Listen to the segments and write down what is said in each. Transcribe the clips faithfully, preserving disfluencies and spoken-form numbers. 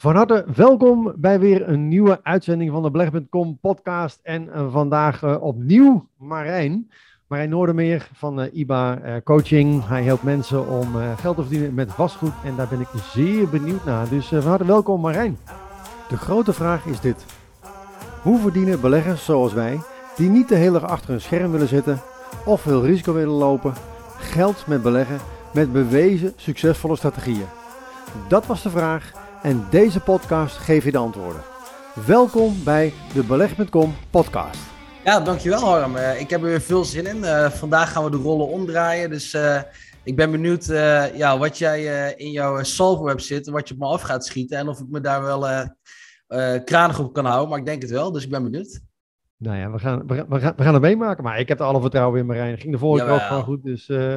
Van harte welkom bij weer een nieuwe uitzending van de belegger punt com podcast. En uh, vandaag uh, opnieuw Marijn. Marijn Noordermeer van uh, I B A uh, Coaching. Hij helpt mensen om uh, geld te verdienen met vastgoed. En daar ben ik zeer benieuwd naar. Dus uh, van harte welkom Marijn. De grote vraag is dit. Hoe verdienen beleggers zoals wij, die niet de hele dag achter een scherm willen zitten of veel risico willen lopen, geld met beleggen met bewezen succesvolle strategieën? Dat was de vraag. En deze podcast geeft je de antwoorden. Welkom bij de belegger punt com podcast. Ja, dankjewel Harm. Uh, ik heb er weer veel zin in. Uh, vandaag gaan we de rollen omdraaien. Dus uh, ik ben benieuwd uh, ja, wat jij uh, in jouw salvo hebt zitten. Wat je op me af gaat schieten. En of ik me daar wel uh, uh, kranig op kan houden. Maar ik denk het wel, dus ik ben benieuwd. Nou ja, we gaan, we, we gaan, we gaan het meemaken. Maar ik heb er alle vertrouwen in Marijn. Ging de vorige keer ook gewoon goed. Dus uh,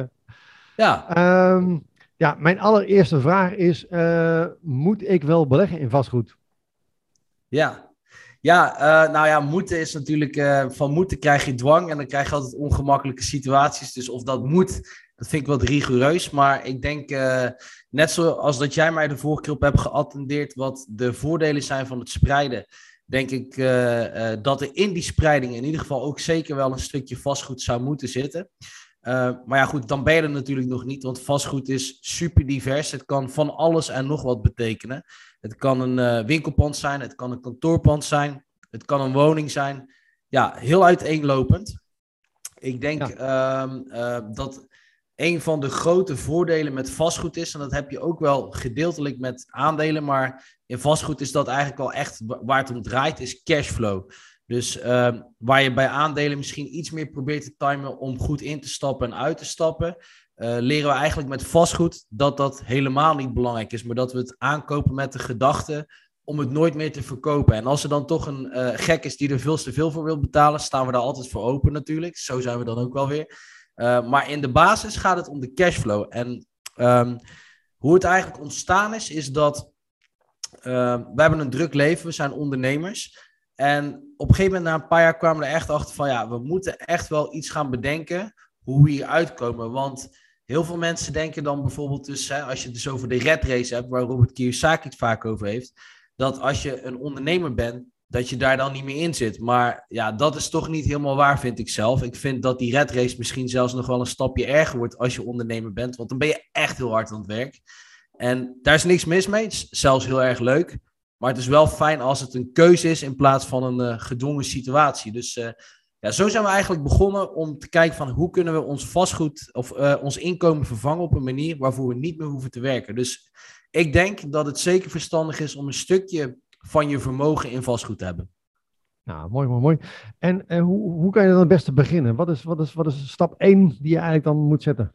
ja. Um, Ja, mijn allereerste vraag is, uh, moet ik wel beleggen in vastgoed? Ja, ja uh, nou ja, moeten is natuurlijk, uh, van moeten krijg je dwang en dan krijg je altijd ongemakkelijke situaties. Dus of dat moet, dat vind ik wat rigoureus. Maar ik denk, uh, net zoals dat jij mij de vorige keer op hebt geattendeerd wat de voordelen zijn van het spreiden, denk ik uh, uh, dat er in die spreiding in ieder geval ook zeker wel een stukje vastgoed zou moeten zitten. Uh, maar ja goed, dan ben je er natuurlijk nog niet, want vastgoed is super divers. Het kan van alles en nog wat betekenen. Het kan een uh, winkelpand zijn, het kan een kantoorpand zijn, het kan een woning zijn. Ja, heel uiteenlopend. Ik denk ja. uh, uh, dat een van de grote voordelen met vastgoed is, en dat heb je ook wel gedeeltelijk met aandelen, maar in vastgoed is dat eigenlijk wel echt waar het om draait, is cashflow. Dus uh, waar je bij aandelen misschien iets meer probeert te timen om goed in te stappen en uit te stappen, uh, leren we eigenlijk met vastgoed dat dat helemaal niet belangrijk is, maar dat we het aankopen met de gedachte om het nooit meer te verkopen. En als er dan toch een uh, gek is die er veel te veel voor wil betalen, staan we daar altijd voor open natuurlijk. Zo zijn we dan ook wel weer. Uh, maar in de basis gaat het om de cashflow. En um, hoe het eigenlijk ontstaan is, is dat uh, we hebben een druk leven, we zijn ondernemers. En op een gegeven moment, na een paar jaar, kwamen we er echt achter van, ja, we moeten echt wel iets gaan bedenken hoe we hier uitkomen. Want heel veel mensen denken dan bijvoorbeeld dus, hè, als je het dus over de red race hebt, waar Robert Kiyosaki het vaak over heeft, dat als je een ondernemer bent, dat je daar dan niet meer in zit. Maar ja, dat is toch niet helemaal waar, vind ik zelf. Ik vind dat die red race misschien zelfs nog wel een stapje erger wordt als je ondernemer bent, want dan ben je echt heel hard aan het werk. En daar is niks mis mee, het is zelfs heel erg leuk. Maar het is wel fijn als het een keuze is in plaats van een uh, gedwongen situatie. Dus uh, ja, zo zijn we eigenlijk begonnen om te kijken van hoe kunnen we ons vastgoed of uh, ons inkomen vervangen op een manier waarvoor we niet meer hoeven te werken. Dus ik denk dat het zeker verstandig is om een stukje van je vermogen in vastgoed te hebben. Nou, mooi, mooi, mooi. En uh, hoe, hoe kan je dan het beste beginnen? Wat is, wat is, wat is stap één die je eigenlijk dan moet zetten?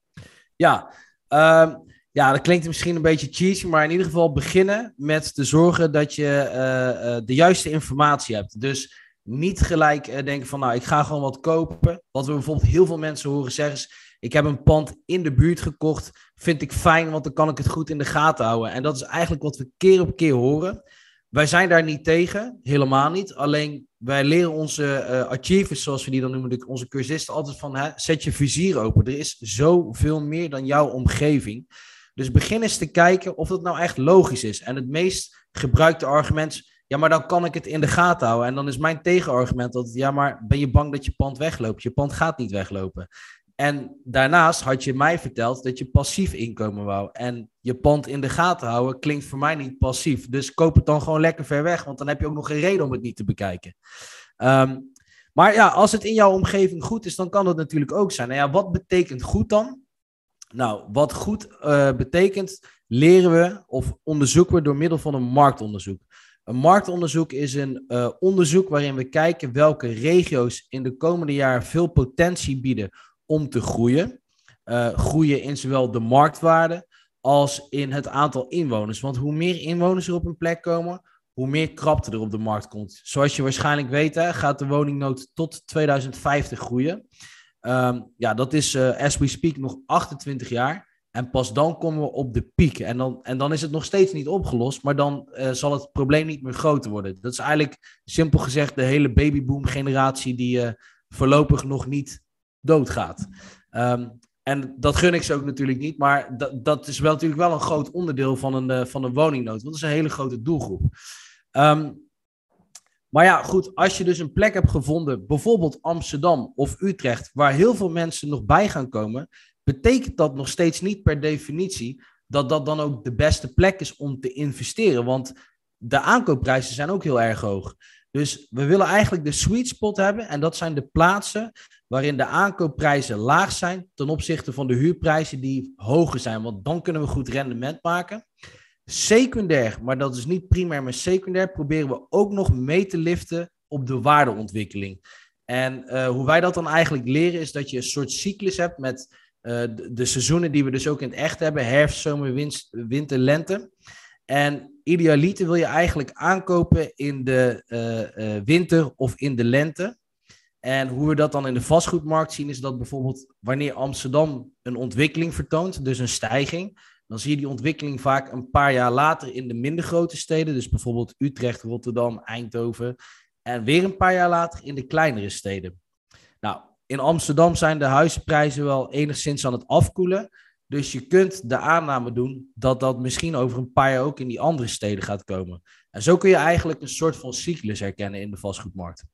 Ja, uh, Ja, dat klinkt misschien een beetje cheesy, maar in ieder geval beginnen met te zorgen dat je uh, uh, de juiste informatie hebt. Dus niet gelijk uh, denken van, nou, ik ga gewoon wat kopen. Wat we bijvoorbeeld heel veel mensen horen zeggen is, ik heb een pand in de buurt gekocht, vind ik fijn, want dan kan ik het goed in de gaten houden. En dat is eigenlijk wat we keer op keer horen. Wij zijn daar niet tegen, helemaal niet. Alleen wij leren onze uh, achievers, zoals we die dan noemen, onze cursisten, altijd van, hè, zet je vizier open. Er is zoveel meer dan jouw omgeving. Dus begin eens te kijken of dat nou echt logisch is. En het meest gebruikte argument is, ja, maar dan kan ik het in de gaten houden. En dan is mijn tegenargument dat, ja, maar ben je bang dat je pand wegloopt? Je pand gaat niet weglopen. En daarnaast had je mij verteld dat je passief inkomen wou. En je pand in de gaten houden klinkt voor mij niet passief. Dus koop het dan gewoon lekker ver weg, want dan heb je ook nog geen reden om het niet te bekijken. Um, maar ja, als het in jouw omgeving goed is, dan kan dat natuurlijk ook zijn. Nou ja, wat betekent goed dan? Nou, wat goed uh, betekent, leren we of onderzoeken we door middel van een marktonderzoek. Een marktonderzoek is een uh, onderzoek waarin we kijken welke regio's in de komende jaren veel potentie bieden om te groeien. Uh, groeien in zowel de marktwaarde als in het aantal inwoners. Want hoe meer inwoners er op een plek komen, hoe meer krapte er op de markt komt. Zoals je waarschijnlijk weet, hè, gaat de woningnood tot tweeduizend vijftig groeien. Um, ja, dat is uh, as we speak nog achtentwintig jaar. En pas dan komen we op de piek. En dan, en dan is het nog steeds niet opgelost, maar dan uh, zal het probleem niet meer groter worden. Dat is eigenlijk, simpel gezegd, de hele babyboom generatie die uh, voorlopig nog niet doodgaat. Um, En dat gun ik ze ook natuurlijk niet, maar dat, dat is wel natuurlijk wel een groot onderdeel van een, uh, van een woningnood. Want dat is een hele grote doelgroep. Um, maar ja, goed, als je dus een plek hebt gevonden, bijvoorbeeld Amsterdam of Utrecht, waar heel veel mensen nog bij gaan komen, betekent dat nog steeds niet per definitie dat dat dan ook de beste plek is om te investeren. Want de aankoopprijzen zijn ook heel erg hoog. Dus we willen eigenlijk de sweet spot hebben. En dat zijn de plaatsen waarin de aankoopprijzen laag zijn ten opzichte van de huurprijzen die hoger zijn. Want dan kunnen we goed rendement maken. Secundair, maar dat is niet primair, maar secundair, proberen we ook nog mee te liften op de waardeontwikkeling. En uh, hoe wij dat dan eigenlijk leren is dat je een soort cyclus hebt met uh, de, de seizoenen die we dus ook in het echt hebben. Herfst, zomer, winst, winter, lente. En idealiter wil je eigenlijk aankopen in de uh, uh, winter of in de lente. En hoe we dat dan in de vastgoedmarkt zien is dat bijvoorbeeld wanneer Amsterdam een ontwikkeling vertoont, dus een stijging, dan zie je die ontwikkeling vaak een paar jaar later in de minder grote steden. Dus bijvoorbeeld Utrecht, Rotterdam, Eindhoven. En weer een paar jaar later in de kleinere steden. Nou, in Amsterdam zijn de huizenprijzen wel enigszins aan het afkoelen. Dus je kunt de aanname doen dat dat misschien over een paar jaar ook in die andere steden gaat komen. En zo kun je eigenlijk een soort van cyclus herkennen in de vastgoedmarkt.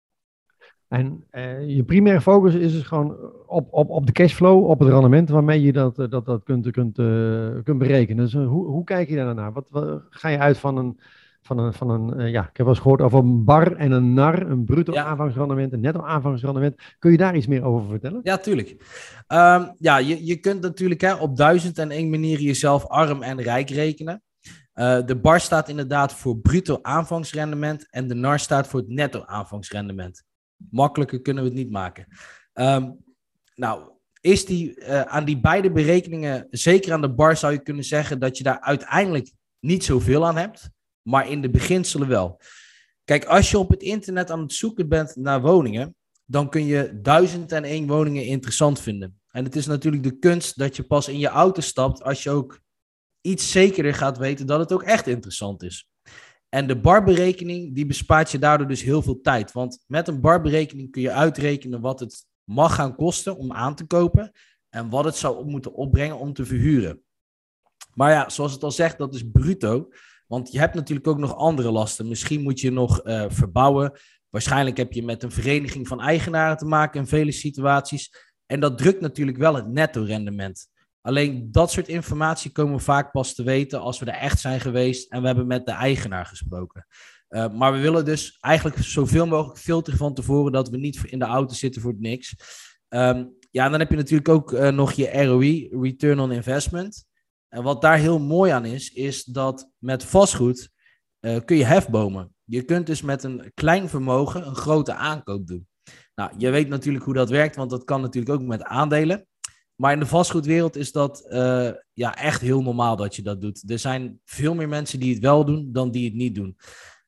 En uh, je primaire focus is dus gewoon op, op, op de cashflow, op het rendement waarmee je dat, dat, dat kunt, kunt, uh, kunt berekenen. Dus uh, hoe, hoe kijk je daar naar? Wat, wat ga je uit van een, van een, van een uh, ja, ik heb wel eens gehoord over een bar en een nar, een bruto ja. aanvangsrendement, een netto aanvangsrendement. Kun je daar iets meer over vertellen? Ja, tuurlijk. Um, ja, je, je kunt natuurlijk hè, op duizend en één manier jezelf arm en rijk rekenen. Uh, de bar staat inderdaad voor bruto aanvangsrendement en de nar staat voor het netto aanvangsrendement. Makkelijker kunnen we het niet maken. Um, nou, is die, uh, aan die beide berekeningen, zeker aan de bar zou je kunnen zeggen dat je daar uiteindelijk niet zoveel aan hebt, maar in de beginselen wel. Kijk, als je op het internet aan het zoeken bent naar woningen, dan kun je duizend en één woningen interessant vinden. En het is natuurlijk de kunst dat je pas in je auto stapt als je ook iets zekerder gaat weten dat het ook echt interessant is. En de barberekening, die bespaart je daardoor dus heel veel tijd. Want met een barberekening kun je uitrekenen wat het mag gaan kosten om aan te kopen en wat het zou moeten opbrengen om te verhuren. Maar ja, zoals het al zegt, dat is bruto. Want je hebt natuurlijk ook nog andere lasten. Misschien moet je nog uh, verbouwen. Waarschijnlijk heb je met een vereniging van eigenaren te maken in vele situaties. En dat drukt natuurlijk wel het netto-rendement. Alleen dat soort informatie komen we vaak pas te weten als we er echt zijn geweest en we hebben met de eigenaar gesproken. Uh, maar we willen dus eigenlijk zoveel mogelijk filteren van tevoren dat we niet in de auto zitten voor het niks. Um, ja, en dan heb je natuurlijk ook uh, nog je R O I, Return on Investment. En wat daar heel mooi aan is, is dat met vastgoed uh, kun je hefbomen. Je kunt dus met een klein vermogen een grote aankoop doen. Nou, je weet natuurlijk hoe dat werkt, want dat kan natuurlijk ook met aandelen. Maar in de vastgoedwereld is dat uh, ja, echt heel normaal dat je dat doet. Er zijn veel meer mensen die het wel doen dan die het niet doen.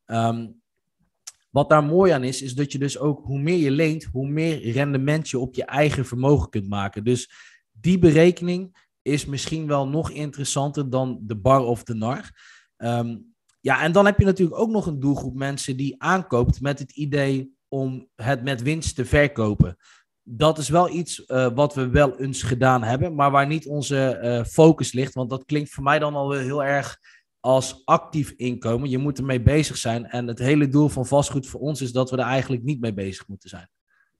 Um, wat daar mooi aan is, is dat je dus ook hoe meer je leent, hoe meer rendement je op je eigen vermogen kunt maken. Dus die berekening is misschien wel nog interessanter dan de bar of de nar. Um, ja, en dan heb je natuurlijk ook nog een doelgroep mensen die aankoopt met het idee om het met winst te verkopen. Dat is wel iets uh, wat we wel eens gedaan hebben, maar waar niet onze uh, focus ligt. Want dat klinkt voor mij dan alweer heel erg als actief inkomen. Je moet ermee bezig zijn. En het hele doel van vastgoed voor ons is dat we er eigenlijk niet mee bezig moeten zijn.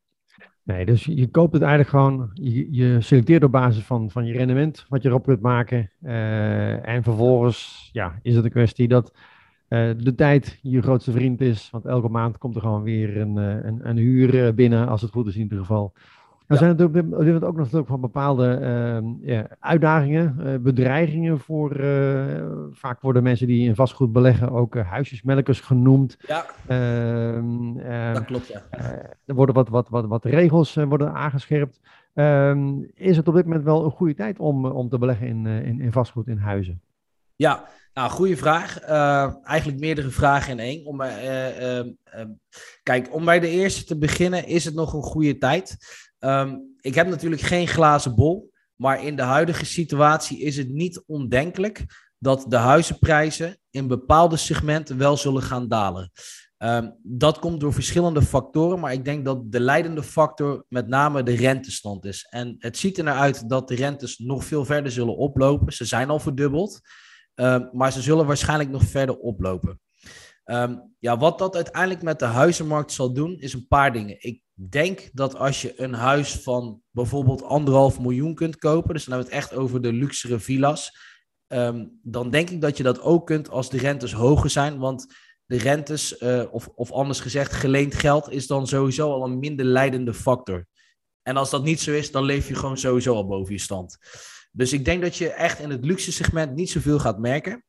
Nee, dus je koopt het eigenlijk gewoon, je, je selecteert op basis van, van je rendement, wat je erop kunt maken. Uh, en vervolgens ja, is het een kwestie dat uh, de tijd je grootste vriend is. Want elke maand komt er gewoon weer een, een, een huur binnen, als het goed is in ieder geval. Er ja. zijn natuurlijk ook nog van bepaalde uh, ja, uitdagingen, uh, bedreigingen voor, uh, vaak worden mensen die in vastgoed beleggen ook uh, huisjesmelkers genoemd. Ja, uh, uh, dat klopt, ja. Uh, er worden wat, wat, wat, wat regels uh, worden aangescherpt. Uh, is het op dit moment wel een goede tijd om, om te beleggen in, uh, in, in vastgoed in huizen? Ja, nou, goede vraag. Uh, eigenlijk meerdere vragen in één. Om, uh, uh, uh, kijk, om bij de eerste te beginnen, is het nog een goede tijd? Um, ik heb natuurlijk geen glazen bol, maar in de huidige situatie is het niet ondenkelijk dat de huizenprijzen in bepaalde segmenten wel zullen gaan dalen. Um, dat komt door verschillende factoren, maar ik denk dat de leidende factor met name de rentestand is. En het ziet er naar uit dat de rentes nog veel verder zullen oplopen. Ze zijn al verdubbeld, um, maar ze zullen waarschijnlijk nog verder oplopen. Um, ja, wat dat uiteindelijk met de huizenmarkt zal doen, is een paar dingen. Ik denk dat als je een huis van bijvoorbeeld anderhalf miljoen kunt kopen, dus dan hebben we het echt over de luxere villa's, um, dan denk ik dat je dat ook kunt als de rentes hoger zijn, want de rentes, uh, of, of anders gezegd, geleend geld is dan sowieso al een minder leidende factor. En als dat niet zo is, dan leef je gewoon sowieso al boven je stand. Dus ik denk dat je echt in het luxe segment niet zoveel gaat merken.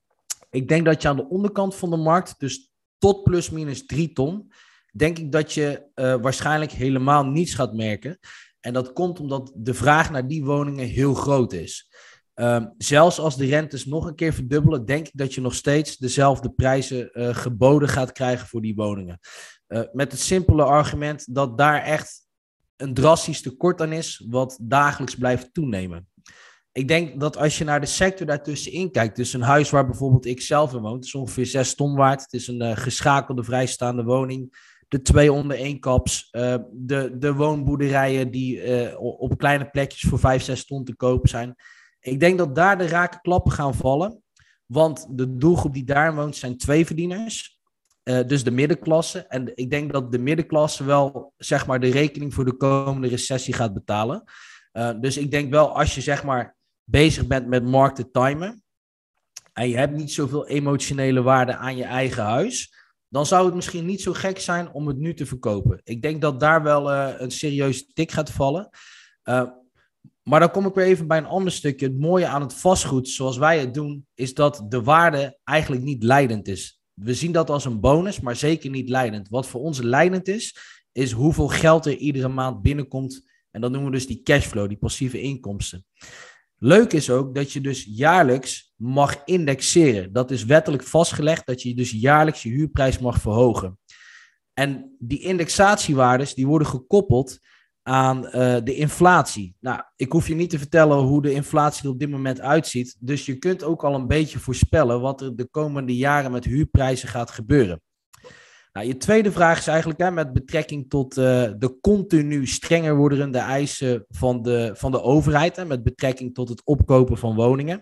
Ik denk dat je aan de onderkant van de markt, dus tot plus minus drie ton, denk ik dat je uh, waarschijnlijk helemaal niets gaat merken. En dat komt omdat de vraag naar die woningen heel groot is. Um, zelfs als de rentes nog een keer verdubbelen, denk ik dat je nog steeds dezelfde prijzen uh, geboden gaat krijgen voor die woningen. Uh, met het simpele argument dat daar echt een drastisch tekort aan is, wat dagelijks blijft toenemen. Ik denk dat als je naar de sector daartussenin kijkt, dus een huis waar bijvoorbeeld ik zelf in woon, het is ongeveer zes ton waard, het is een uh, geschakelde vrijstaande woning, de twee onder één kaps, uh, de, de woonboerderijen die uh, op kleine plekjes voor vijf, zes ton te koop zijn. Ik denk dat daar de rake klappen gaan vallen, want de doelgroep die daar woont zijn tweeverdieners, uh, dus de middenklasse. En ik denk dat de middenklasse wel, zeg maar, de rekening voor de komende recessie gaat betalen. Uh, dus ik denk wel, als je, zeg maar, bezig bent met markten timen en je hebt niet zoveel emotionele waarde aan je eigen huis, dan zou het misschien niet zo gek zijn om het nu te verkopen. Ik denk dat daar wel uh, een serieuze tik gaat vallen. Uh, Maar dan kom ik weer even bij een ander stukje. Het mooie aan het vastgoed, zoals wij het doen, is dat de waarde eigenlijk niet leidend is. We zien dat als een bonus, maar zeker niet leidend. Wat voor ons leidend is, is hoeveel geld er iedere maand binnenkomt. En dat noemen we dus die cashflow, die passieve inkomsten. Leuk is ook dat je dus jaarlijks mag indexeren. Dat is wettelijk vastgelegd, dat je dus jaarlijks je huurprijs mag verhogen. En die indexatiewaardes, die worden gekoppeld aan uh, de inflatie. Nou, ik hoef je niet te vertellen hoe de inflatie er op dit moment uitziet. Dus je kunt ook al een beetje voorspellen wat er de komende jaren met huurprijzen gaat gebeuren. Nou, je tweede vraag is eigenlijk hè, met betrekking tot uh, de continu strenger wordende eisen van de, van de overheid. Hè, met betrekking tot het opkopen van woningen.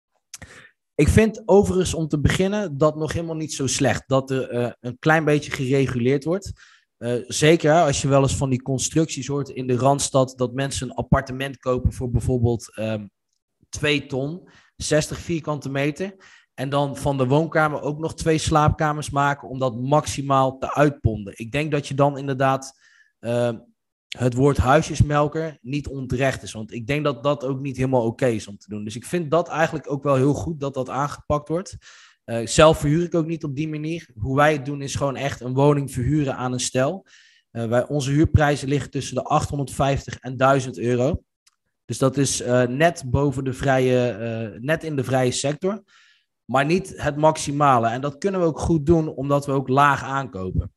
Ik vind overigens om te beginnen dat nog helemaal niet zo slecht. Dat er uh, een klein beetje gereguleerd wordt. Uh, zeker als je wel eens van die constructies hoort in de Randstad, dat mensen een appartement kopen voor bijvoorbeeld um, twee ton, zestig vierkante meter. En dan van de woonkamer ook nog twee slaapkamers maken om dat maximaal te uitponden. Ik denk dat je dan inderdaad uh, het woord huisjesmelker niet onterecht is. Want ik denk dat dat ook niet helemaal oké is om te doen. Dus ik vind dat eigenlijk ook wel heel goed dat dat aangepakt wordt. Uh, zelf verhuur ik ook niet op die manier. Hoe wij het doen is gewoon echt een woning verhuren aan een stel. Uh, wij, onze huurprijzen liggen tussen de achthonderdvijftig en duizend euro. Dus dat is uh, net boven de vrije, uh, net in de vrije sector. Maar niet het maximale. En dat kunnen we ook goed doen, omdat we ook laag aankopen.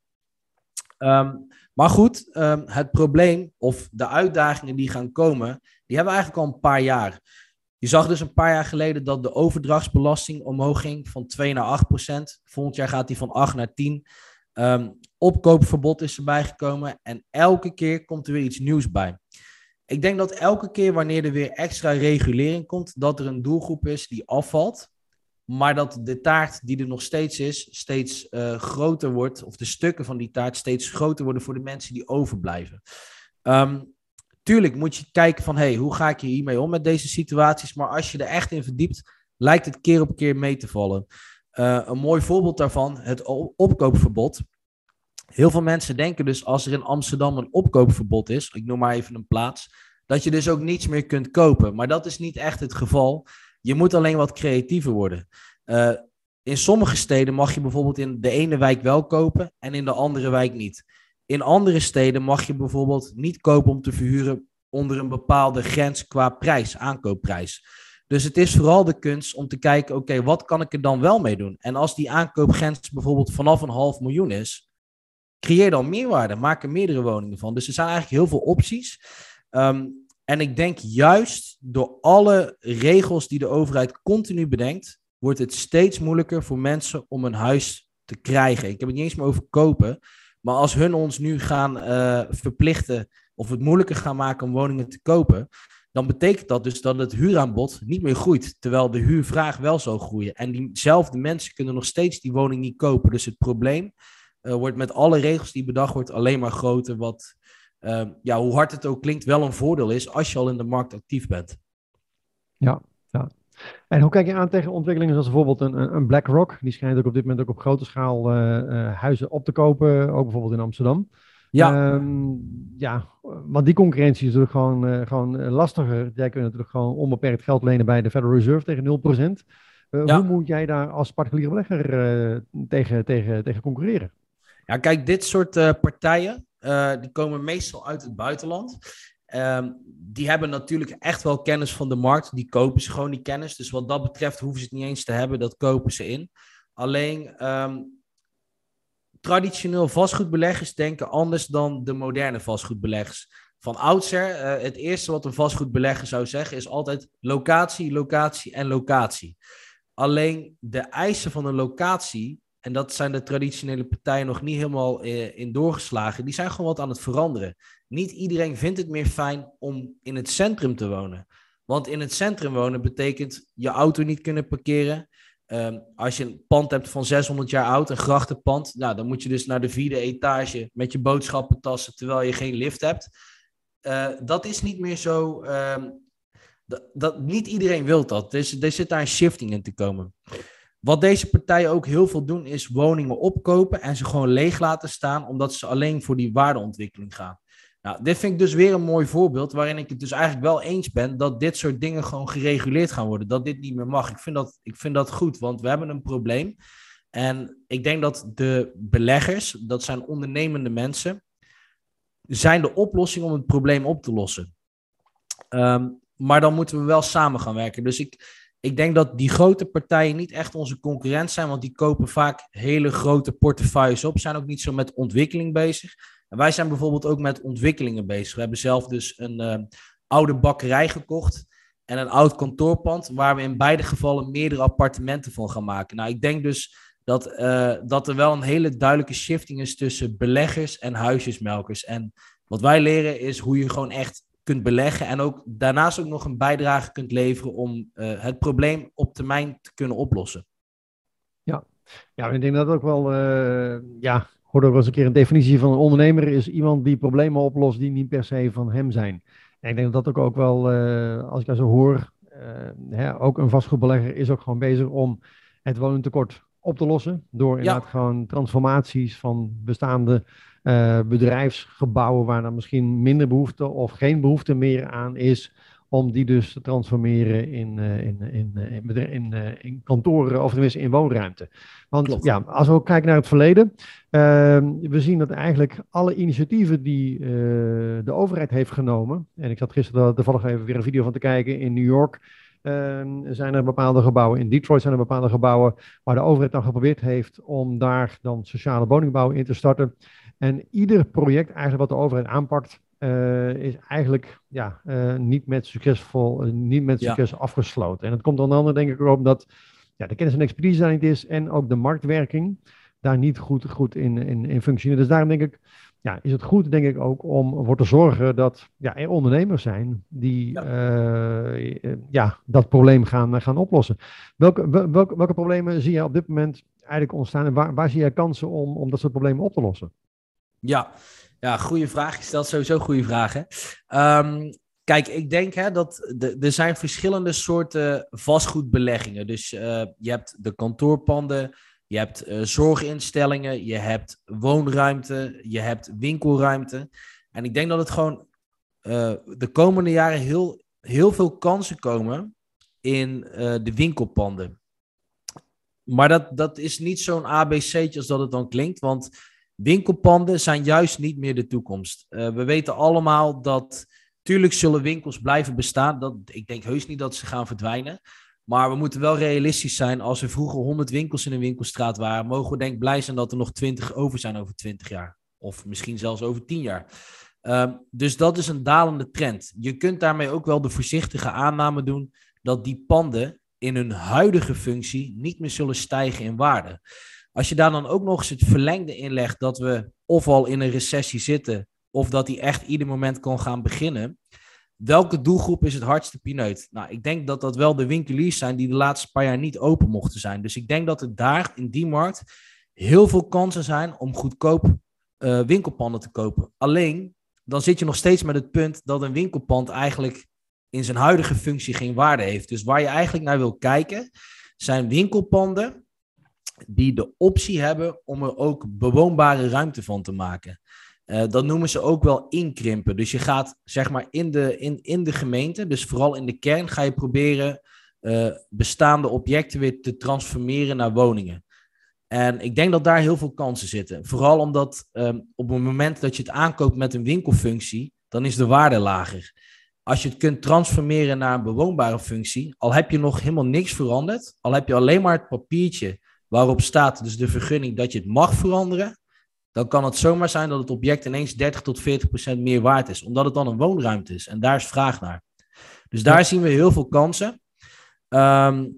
Um, maar goed, um, het probleem of de uitdagingen die gaan komen, die hebben we eigenlijk al een paar jaar. Je zag dus een paar jaar geleden dat de overdrachtsbelasting omhoog ging van twee naar acht procent. Volgend jaar gaat die van acht naar tien. Um, opkoopverbod is erbij gekomen en elke keer komt er weer iets nieuws bij. Ik denk dat elke keer wanneer er weer extra regulering komt, dat er een doelgroep is die afvalt. Maar dat de taart die er nog steeds is, steeds uh, groter wordt. Of de stukken van die taart steeds groter worden voor de mensen die overblijven. Um, tuurlijk moet je kijken van, hey, hoe ga ik hiermee om met deze situaties? Maar als je er echt in verdiept, lijkt het keer op keer mee te vallen. Uh, een mooi voorbeeld daarvan, het opkoopverbod. Heel veel mensen denken dus als er in Amsterdam een opkoopverbod is, ik noem maar even een plaats, dat je dus ook niets meer kunt kopen. Maar dat is niet echt het geval. Je moet alleen wat creatiever worden. Uh, in sommige steden mag je bijvoorbeeld in de ene wijk wel kopen en in de andere wijk niet. In andere steden mag je bijvoorbeeld niet kopen om te verhuren onder een bepaalde grens qua prijs, aankoopprijs. Dus het is vooral de kunst om te kijken, oké, okay, wat kan ik er dan wel mee doen? En als die aankoopgrens bijvoorbeeld vanaf een half miljoen is, creëer dan meerwaarde, maak er meerdere woningen van. Dus er zijn eigenlijk heel veel opties. Um, En ik denk juist door alle regels die de overheid continu bedenkt, wordt het steeds moeilijker voor mensen om een huis te krijgen. Ik heb het niet eens meer over kopen. Maar als hun ons nu gaan uh, verplichten of het moeilijker gaan maken om woningen te kopen, dan betekent dat dus dat het huuraanbod niet meer groeit, terwijl de huurvraag wel zal groeien. En diezelfde mensen kunnen nog steeds die woning niet kopen. Dus het probleem uh, wordt met alle regels die bedacht wordt alleen maar groter, wat, uh, ja, hoe hard het ook klinkt, wel een voordeel is als je al in de markt actief bent. Ja, ja. En hoe kijk je aan tegen ontwikkelingen zoals bijvoorbeeld een, een BlackRock? Die schijnt ook op dit moment ook op grote schaal uh, uh, huizen op te kopen, ook bijvoorbeeld in Amsterdam. Ja. Um, ja, want die concurrentie is natuurlijk gewoon, uh, gewoon lastiger. Jij kunt natuurlijk gewoon onbeperkt geld lenen bij de Federal Reserve tegen nul procent. Uh, ja. Hoe moet jij daar als particuliere belegger uh, tegen, tegen, tegen concurreren? Ja, kijk, dit soort uh, partijen, uh, die komen meestal uit het buitenland. Um, die hebben natuurlijk echt wel kennis van de markt. Die kopen ze gewoon die kennis. Dus wat dat betreft hoeven ze het niet eens te hebben. Dat kopen ze in. Alleen um, traditioneel vastgoedbeleggers denken anders dan de moderne vastgoedbeleggers. Van oudsher, uh, het eerste wat een vastgoedbelegger zou zeggen is altijd locatie, locatie en locatie. Alleen de eisen van een locatie, en dat zijn de traditionele partijen nog niet helemaal uh, in doorgeslagen, die zijn gewoon wat aan het veranderen. Niet iedereen vindt het meer fijn om in het centrum te wonen. Want in het centrum wonen betekent je auto niet kunnen parkeren. Um, als je een pand hebt van zeshonderd jaar oud, een grachtenpand, nou, dan moet je dus naar de vierde etage met je boodschappentassen terwijl je geen lift hebt. Uh, dat is niet meer zo. Um, dat, dat, niet iedereen wil dat. Dus er zit daar een shifting in te komen. Wat deze partijen ook heel veel doen, is woningen opkopen en ze gewoon leeg laten staan, omdat ze alleen voor die waardeontwikkeling gaan. Nou, dit vind ik dus weer een mooi voorbeeld waarin ik het dus eigenlijk wel eens ben dat dit soort dingen gewoon gereguleerd gaan worden. Dat dit niet meer mag. Ik vind dat, ik vind dat goed, want we hebben een probleem. En ik denk dat de beleggers, dat zijn ondernemende mensen, zijn de oplossing om het probleem op te lossen. Um, maar dan moeten we wel samen gaan werken. Dus ik, ik denk dat die grote partijen niet echt onze concurrent zijn, want die kopen vaak hele grote portefeuilles op, zijn ook niet zo met ontwikkeling bezig. En wij zijn bijvoorbeeld ook met ontwikkelingen bezig. We hebben zelf dus een uh, oude bakkerij gekocht en een oud kantoorpand, waar we in beide gevallen meerdere appartementen van gaan maken. Nou, ik denk dus dat, uh, dat er wel een hele duidelijke shifting is tussen beleggers en huisjesmelkers. En wat wij leren is hoe je gewoon echt kunt beleggen en ook daarnaast ook nog een bijdrage kunt leveren om uh, het probleem op termijn te kunnen oplossen. Ja, ja, ik denk dat ook wel, uh, ja, ik hoorde ook wel eens een keer een definitie van een ondernemer is iemand die problemen oplost die niet per se van hem zijn. En ik denk dat dat ook, ook wel, uh, als ik dat zo hoor, uh, hè, ook een vastgoedbelegger is ook gewoon bezig om het woningtekort op te lossen door inderdaad ja. gewoon transformaties van bestaande uh, bedrijfsgebouwen waar dan misschien minder behoefte of geen behoefte meer aan is, om die dus te transformeren in, uh, in, in, in, in, in, uh, in kantoren of tenminste in woonruimte. Want Klopt. ja, als we ook kijken naar het verleden, uh, we zien dat eigenlijk alle initiatieven die uh, de overheid heeft genomen, en ik zat gisteren toevallig even weer een video van te kijken in New York, Uh, zijn er bepaalde gebouwen, in Detroit zijn er bepaalde gebouwen waar de overheid dan geprobeerd heeft om daar dan sociale woningbouw in te starten. En ieder project eigenlijk wat de overheid aanpakt, uh, is eigenlijk ja, uh, niet met, succesvol, uh, niet met succes ja. afgesloten. En dat komt onder andere denk ik ook omdat ja, de kennis en expertise daar niet is en ook de marktwerking daar niet goed, goed in, in, in functioneert. Dus daarom denk ik, ja, is het goed, denk ik, ook om ervoor te zorgen dat ja, er ondernemers zijn die ja. Uh, ja, dat probleem gaan, gaan oplossen. Welke, welke, welke problemen zie je op dit moment eigenlijk ontstaan en waar, waar zie jij kansen om, om dat soort problemen op te lossen? Ja, ja, goede vraag. Je stelt sowieso goede vragen. Um, kijk, ik denk hè, dat de, er zijn verschillende soorten vastgoedbeleggingen. Dus uh, je hebt de kantoorpanden, je hebt uh, zorginstellingen, je hebt woonruimte, je hebt winkelruimte. En ik denk dat het gewoon uh, de komende jaren heel, heel veel kansen komen in uh, de winkelpanden. Maar dat, dat is niet zo'n A B C'tje als dat het dan klinkt, want winkelpanden zijn juist niet meer de toekomst. Uh, we weten allemaal dat, tuurlijk zullen winkels blijven bestaan. Dat, ik denk heus niet dat ze gaan verdwijnen. Maar we moeten wel realistisch zijn. Als er vroeger honderd winkels in een winkelstraat waren, mogen we denk ik blij zijn dat er nog twintig over zijn over twintig jaar. Of misschien zelfs over tien jaar. Um, dus dat is een dalende trend. Je kunt daarmee ook wel de voorzichtige aanname doen dat die panden in hun huidige functie niet meer zullen stijgen in waarde. Als je daar dan ook nog eens het verlengde in legt dat we ofwel in een recessie zitten, of dat die echt ieder moment kan gaan beginnen. Welke doelgroep is het hardste pineut? Nou, ik denk dat dat wel de winkeliers zijn die de laatste paar jaar niet open mochten zijn. Dus ik denk dat er daar in die markt heel veel kansen zijn om goedkoop uh, winkelpanden te kopen. Alleen, dan zit je nog steeds met het punt dat een winkelpand eigenlijk in zijn huidige functie geen waarde heeft. Dus waar je eigenlijk naar wil kijken, zijn winkelpanden die de optie hebben om er ook bewoonbare ruimte van te maken. Uh, dat noemen ze ook wel inkrimpen. Dus je gaat zeg maar in de, in, in de gemeente, dus vooral in de kern, ga je proberen uh, bestaande objecten weer te transformeren naar woningen. En ik denk dat daar heel veel kansen zitten. Vooral omdat um, op het moment dat je het aankoopt met een winkelfunctie, dan is de waarde lager. Als je het kunt transformeren naar een bewoonbare functie, al heb je nog helemaal niks veranderd, al heb je alleen maar het papiertje waarop staat, dus de vergunning dat je het mag veranderen, dan kan het zomaar zijn dat het object ineens dertig tot veertig procent meer waard is, omdat het dan een woonruimte is. En daar is vraag naar. Dus daar ja. zien we heel veel kansen. Um,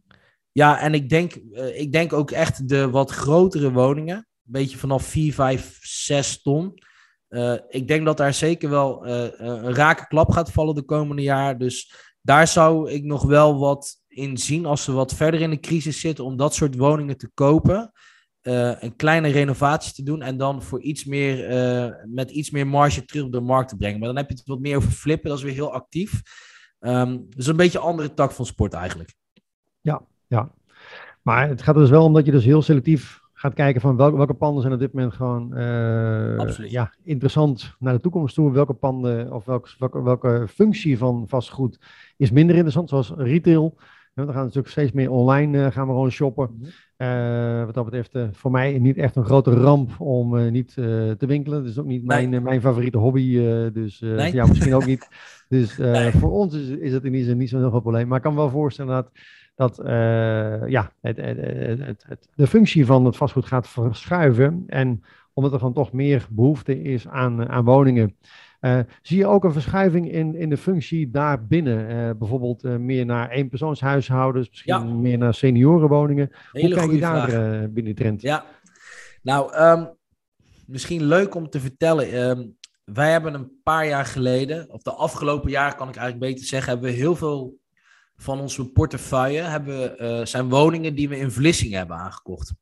ja, en ik denk, uh, ik denk ook echt de wat grotere woningen, een beetje vanaf vier, vijf, zes ton. Uh, ik denk dat daar zeker wel uh, een rake klap gaat vallen de komende jaar. Dus daar zou ik nog wel wat in zien als we wat verder in de crisis zitten om dat soort woningen te kopen. Uh, een kleine renovatie te doen en dan voor iets meer, uh, met iets meer marge terug op de markt te brengen. Maar dan heb je het wat meer over flippen, dat is weer heel actief. Um, dus een beetje een andere tak van sport eigenlijk. Ja, ja. Maar het gaat er dus wel om dat je dus heel selectief gaat kijken van welke, welke panden zijn op dit moment gewoon uh, ja, interessant naar de toekomst toe. Welke panden of welke, welke, welke functie van vastgoed is minder interessant, zoals retail. Ja, dan gaan we natuurlijk steeds meer online uh, gaan we gewoon shoppen. Mm-hmm. Uh, wat dat betreft uh, voor mij niet echt een grote ramp om uh, niet uh, te winkelen. Dat is ook niet nee. mijn, uh, mijn favoriete hobby. Uh, dus uh, nee. ja, misschien ook niet. Dus uh, nee. voor ons is, is het in die zin niet zo'n heel groot probleem. Maar ik kan me wel voorstellen dat, dat uh, ja, het, het, het, het, de functie van het vastgoed gaat verschuiven. En omdat er dan toch meer behoefte is aan, aan woningen. Uh, zie je ook een verschuiving in, in de functie daarbinnen? Uh, bijvoorbeeld uh, meer naar eenpersoonshuishoudens, misschien ja. meer naar seniorenwoningen. Hele Hoe kijk je daar uh, binnen de trend? Ja, nou, um, misschien leuk om te vertellen. Um, wij hebben een paar jaar geleden, of de afgelopen jaar kan ik eigenlijk beter zeggen, hebben we heel veel van onze portefeuille, hebben, uh, zijn woningen die we in Vlissingen hebben aangekocht.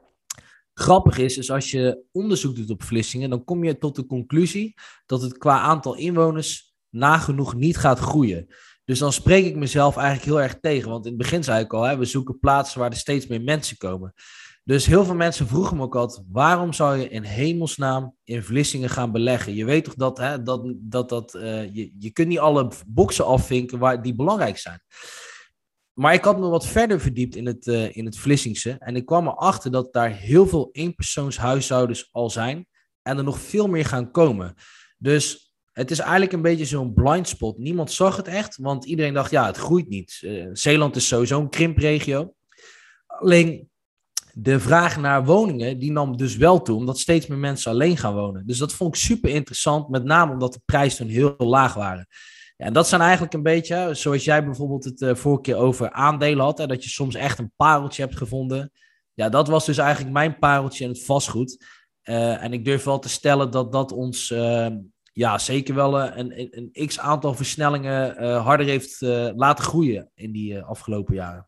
Grappig is, is als je onderzoek doet op Vlissingen, dan kom je tot de conclusie dat het qua aantal inwoners nagenoeg niet gaat groeien. Dus dan spreek ik mezelf eigenlijk heel erg tegen. Want in het begin zei ik al, hè, we zoeken plaatsen waar er steeds meer mensen komen. Dus heel veel mensen vroegen me ook altijd, waarom zou je in hemelsnaam in Vlissingen gaan beleggen? Je weet toch dat, hè, dat, dat, dat uh, je, je kunt niet alle boxen afvinken waar, die belangrijk zijn. Maar ik had me wat verder verdiept in het, uh, in het Vlissingse. En ik kwam erachter dat daar heel veel eenpersoonshuishoudens al zijn. En er nog veel meer gaan komen. Dus het is eigenlijk een beetje zo'n blind spot. Niemand zag het echt, want iedereen dacht, ja, het groeit niet. Uh, Zeeland is sowieso een krimpregio. Alleen de vraag naar woningen, die nam dus wel toe, omdat steeds meer mensen alleen gaan wonen. Dus dat vond ik super interessant, met name omdat de prijzen toen heel laag waren. Ja, en dat zijn eigenlijk een beetje, zoals jij bijvoorbeeld het uh, vorige keer over aandelen had, hè, dat je soms echt een pareltje hebt gevonden. Ja, dat was dus eigenlijk mijn pareltje in het vastgoed. Uh, en ik durf wel te stellen dat dat ons uh, ja, zeker wel uh, een, een, een x-aantal versnellingen uh, harder heeft uh, laten groeien in die uh, afgelopen jaren.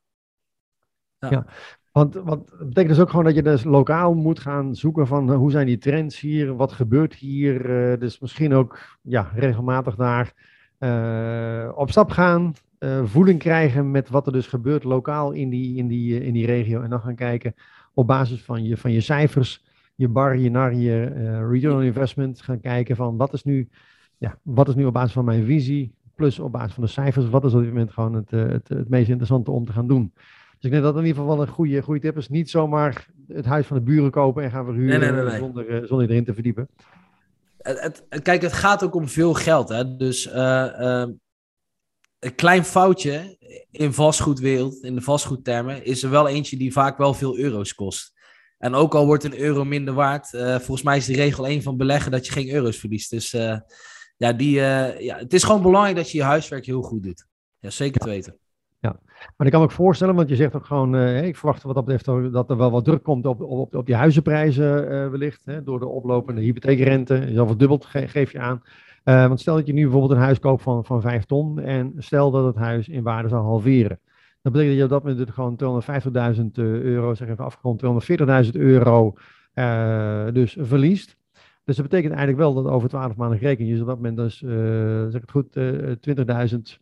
Ja. ja. Want wat betekent dus ook gewoon dat je dus lokaal moet gaan zoeken van uh, hoe zijn die trends hier, wat gebeurt hier. Uh, dus misschien ook ja, regelmatig daar uh, op stap gaan, uh, voeling krijgen met wat er dus gebeurt lokaal in die, in die, uh, in die regio. En dan gaan kijken op basis van je, van je cijfers, je bar, je nar, je uh, return on investment. Gaan kijken van wat is, nu, ja, wat is nu op basis van mijn visie, plus op basis van de cijfers, wat is op dit moment gewoon het, het, het meest interessante om te gaan doen. Dus ik denk dat dat in ieder geval wel een goede, goede tip is. Niet zomaar het huis van de buren kopen en gaan verhuren nee, nee, nee, nee. Zonder, zonder erin te verdiepen. Het, het, kijk, het gaat ook om veel geld. Hè? Dus uh, uh, een klein foutje in vastgoedwereld, in de vastgoedtermen, is er wel eentje die vaak wel veel euro's kost. En ook al wordt een euro minder waard, uh, volgens mij is de regel één van beleggen dat je geen euro's verliest. Dus uh, ja, die, uh, ja, het is gewoon belangrijk dat je je huiswerk heel goed doet. Ja, zeker te weten. Ja, maar ik kan me ook voorstellen, want je zegt ook gewoon, uh, ik verwacht wat dat betreft ook dat er wel wat druk komt op, op, op die huizenprijzen uh, wellicht, hè, door de oplopende hypotheekrente, is al verdubbeld, ge geef je aan. Uh, want stel dat je nu bijvoorbeeld een huis koopt van, van vijf ton en stel dat het huis in waarde zou halveren. Dan betekent dat je op dat moment gewoon tweehonderdvijftigduizend euro, zeg even afgerond, tweehonderdveertigduizend euro uh, dus verliest. Dus dat betekent eigenlijk wel dat over twaalf maanden gerekend je dus op dat moment dus, uh, zeg ik het goed, uh, twintigduizend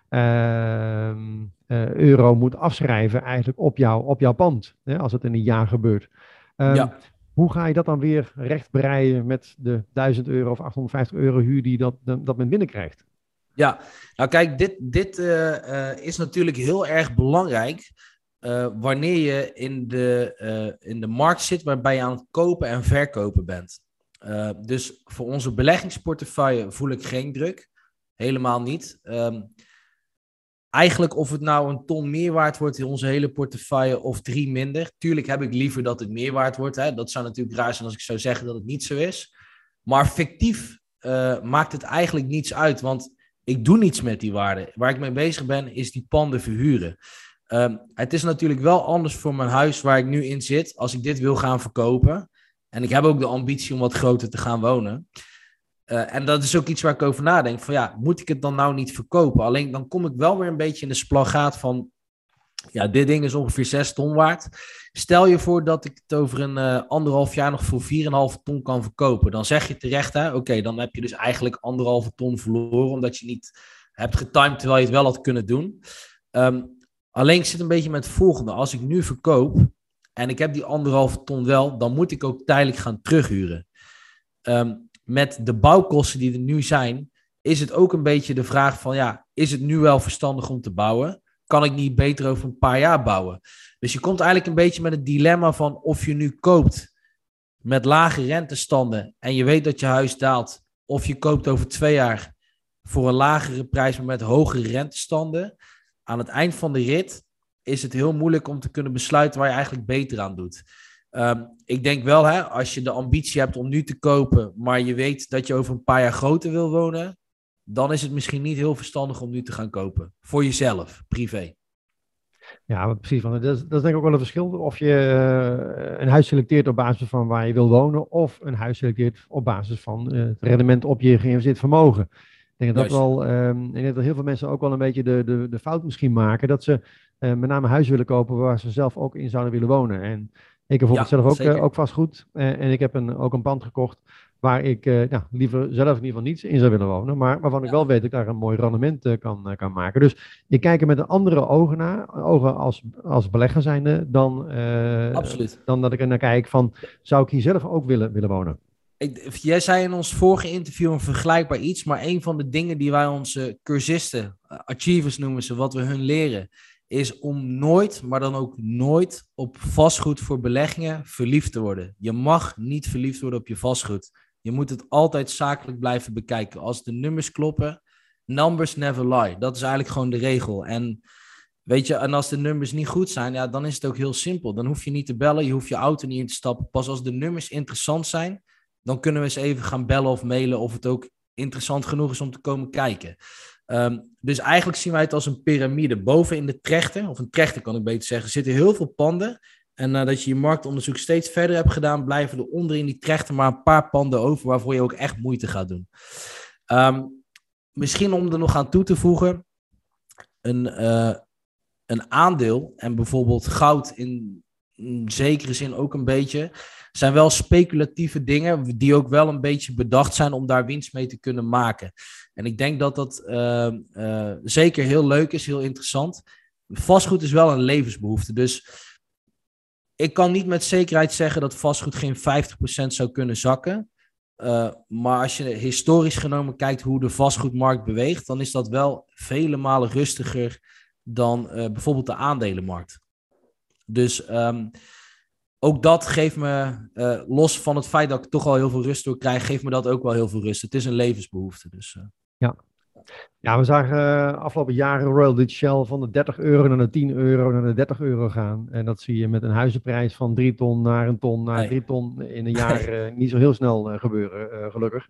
uh, uh, euro moet afschrijven eigenlijk op, jou, op jouw pand, hè, als het in een jaar gebeurt. Um, Ja. Hoe ga je dat dan weer rechtbreien met de duizend euro of achthonderdvijftig euro huur die dat, dat men binnenkrijgt? Ja, nou kijk, dit, dit uh, uh, is natuurlijk heel erg belangrijk uh, wanneer je in de, uh, in de markt zit waarbij je aan het kopen en verkopen bent. Uh, dus voor onze beleggingsportefeuille voel ik geen druk, helemaal niet. Um, Eigenlijk of het nou een ton meer waard wordt in onze hele portefeuille of drie minder. Tuurlijk heb ik liever dat het meer waard wordt. Hè. Dat zou natuurlijk raar zijn als ik zou zeggen dat het niet zo is. Maar fictief uh, maakt het eigenlijk niets uit, want ik doe niets met die waarde. Waar ik mee bezig ben, is die panden verhuren. Um, het is natuurlijk wel anders voor mijn huis waar ik nu in zit, als ik dit wil gaan verkopen. En ik heb ook de ambitie om wat groter te gaan wonen. Uh, en dat is ook iets waar ik over nadenk. Van ja, moet ik het dan nou niet verkopen? Alleen dan kom ik wel weer een beetje in de splagaat van... Ja, dit ding is ongeveer zes ton waard. Stel je voor dat ik het over een uh, anderhalf jaar nog voor vier komma vijf ton kan verkopen. Dan zeg je terecht, hè, oké, okay, dan heb je dus eigenlijk anderhalve ton verloren, omdat je niet hebt getimed terwijl je het wel had kunnen doen. Um, alleen ik zit een beetje met het volgende. Als ik nu verkoop en ik heb die anderhalve ton wel, dan moet ik ook tijdelijk gaan terughuren. Um, met de bouwkosten die er nu zijn, is het ook een beetje de vraag van, ja, is het nu wel verstandig om te bouwen? Kan ik niet beter over een paar jaar bouwen? Dus je komt eigenlijk een beetje met het dilemma van of je nu koopt met lage rentestanden en je weet dat je huis daalt, of je koopt over twee jaar voor een lagere prijs, maar met hogere rentestanden. Aan het eind van de rit is het heel moeilijk om te kunnen besluiten waar je eigenlijk beter aan doet. Um, ik denk wel, hè, als je de ambitie hebt om nu te kopen, maar je weet dat je over een paar jaar groter wil wonen, dan is het misschien niet heel verstandig om nu te gaan kopen. Voor jezelf, privé. Ja, precies. Want dat, is, dat is denk ik ook wel een verschil. Of je uh, een huis selecteert op basis van waar je wil wonen, of een huis selecteert op basis van uh, het rendement op je geïnvesteerd vermogen. Ik denk dat, dat wel, um, ik denk dat heel veel mensen ook wel een beetje de, de, de fout misschien maken, dat ze uh, met name een huis willen kopen waar ze zelf ook in zouden willen wonen. En ik heb bijvoorbeeld ja, zelf ook, uh, ook vastgoed uh, en ik heb een, ook een pand gekocht waar ik uh, nou, liever zelf in ieder geval niet in zou willen wonen, maar waarvan ik ja. wel weet dat ik daar een mooi rendement uh, kan, uh, kan maken. Dus je kijkt er met een andere ogen naar, ogen als, als belegger zijnde, dan, uh, dan dat ik er naar kijk van, zou ik hier zelf ook willen, willen wonen? Ik, jij zei in ons vorige interview een vergelijkbaar iets, maar een van de dingen die wij onze cursisten, achievers noemen ze, wat we hun leren, is om nooit, maar dan ook nooit op vastgoed voor beleggingen verliefd te worden. Je mag niet verliefd worden op je vastgoed. Je moet het altijd zakelijk blijven bekijken. Als de nummers kloppen, numbers never lie. Dat is eigenlijk gewoon de regel. En weet je, en als de nummers niet goed zijn, ja, dan is het ook heel simpel. Dan hoef je niet te bellen, je hoeft je auto niet in te stappen. Pas als de nummers interessant zijn, dan kunnen we eens even gaan bellen of mailen of het ook interessant genoeg is om te komen kijken. Um, dus eigenlijk zien wij het als een piramide. Boven in de trechter, of een trechter kan ik beter zeggen, zitten heel veel panden. En nadat je je marktonderzoek steeds verder hebt gedaan, blijven er onder in die trechter maar een paar panden over waarvoor je ook echt moeite gaat doen. Um, misschien om er nog aan toe te voegen, een, uh, een aandeel en bijvoorbeeld goud in, in zekere zin ook een beetje, zijn wel speculatieve dingen die ook wel een beetje bedacht zijn om daar winst mee te kunnen maken. En ik denk dat dat uh, uh, zeker heel leuk is, heel interessant. Vastgoed is wel een levensbehoefte, dus ik kan niet met zekerheid zeggen dat vastgoed geen vijftig procent zou kunnen zakken. Uh, maar als je historisch genomen kijkt hoe de vastgoedmarkt beweegt, dan is dat wel vele malen rustiger dan uh, bijvoorbeeld de aandelenmarkt. Dus um, ook dat geeft me, uh, los van het feit dat ik toch al heel veel rust door krijg, geeft me dat ook wel heel veel rust. Het is een levensbehoefte. Dus, uh. Ja. Ja, we zagen uh, afgelopen jaren Royal Dutch Shell van de dertig euro naar de tien euro naar de dertig euro gaan. En dat zie je met een huizenprijs van drie ton naar een ton naar drie ton in een jaar uh, niet zo heel snel uh, gebeuren, uh, gelukkig.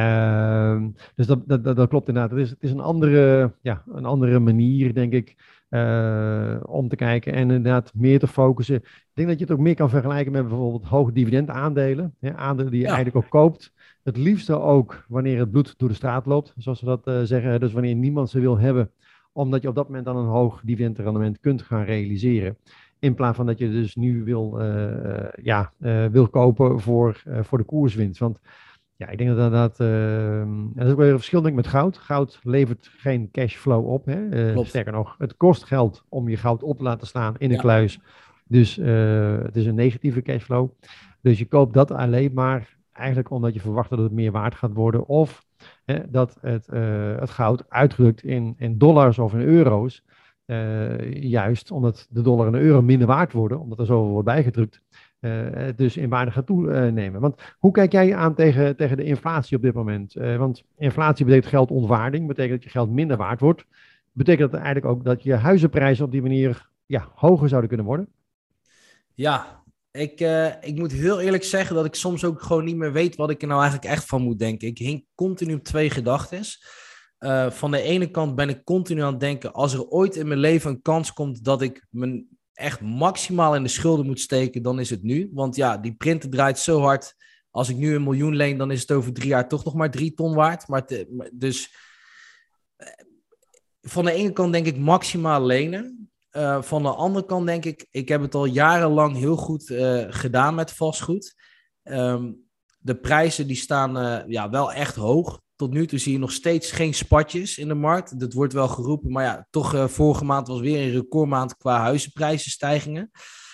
Uh, dus dat, dat, dat, dat klopt inderdaad. Het is, het is een, andere, ja, een andere manier, denk ik, Uh, om te kijken en inderdaad meer te focussen. Ik denk dat je het ook meer kan vergelijken met bijvoorbeeld hoge dividendaandelen. Hè, aandelen die je ja. eigenlijk ook koopt. Het liefste ook wanneer het bloed door de straat loopt, zoals we dat uh, zeggen. Dus wanneer niemand ze wil hebben, omdat je op dat moment dan een hoog dividendrendement kunt gaan realiseren. In plaats van dat je dus nu wil, uh, ja, uh, wil kopen voor, uh, voor de koerswinst. Want ja, ik denk dat dat... Uh, en dat is ook weer een verschil denk ik met goud. Goud levert geen cashflow op. Hè? Uh, sterker nog, het kost geld om je goud op te laten staan in een ja. kluis. Dus uh, het is een negatieve cashflow. Dus je koopt dat alleen maar eigenlijk omdat je verwacht dat het meer waard gaat worden. Of hè, dat het, uh, het goud uitgedrukt in, in dollars of in euro's. Uh, juist omdat de dollar en de euro minder waard worden. Omdat er zoveel wordt bijgedrukt. Uh, dus in waarde gaat toenemen. Uh, want hoe kijk jij aan tegen, tegen de inflatie op dit moment? Uh, want inflatie betekent geldontwaarding, betekent dat je geld minder waard wordt. Betekent dat eigenlijk ook dat je huizenprijzen op die manier ja, hoger zouden kunnen worden? Ja, ik, uh, ik moet heel eerlijk zeggen dat ik soms ook gewoon niet meer weet wat ik er nou eigenlijk echt van moet denken. Ik hing continu op twee gedachten. Uh, van de ene kant ben ik continu aan het denken, als er ooit in mijn leven een kans komt dat ik mijn echt maximaal in de schulden moet steken, dan is het nu. Want ja, die printer draait zo hard. Als ik nu een miljoen leen, dan is het over drie jaar toch nog maar drie ton waard. Maar te, dus van de ene kant denk ik maximaal lenen. Uh, van de andere kant denk ik, ik heb het al jarenlang heel goed uh, gedaan met vastgoed. Um, de prijzen die staan uh, ja, wel echt hoog. Tot nu toe zie je nog steeds geen spatjes in de markt. Dat wordt wel geroepen, maar ja, toch uh, vorige maand was weer een recordmaand qua huizenprijzenstijgingen.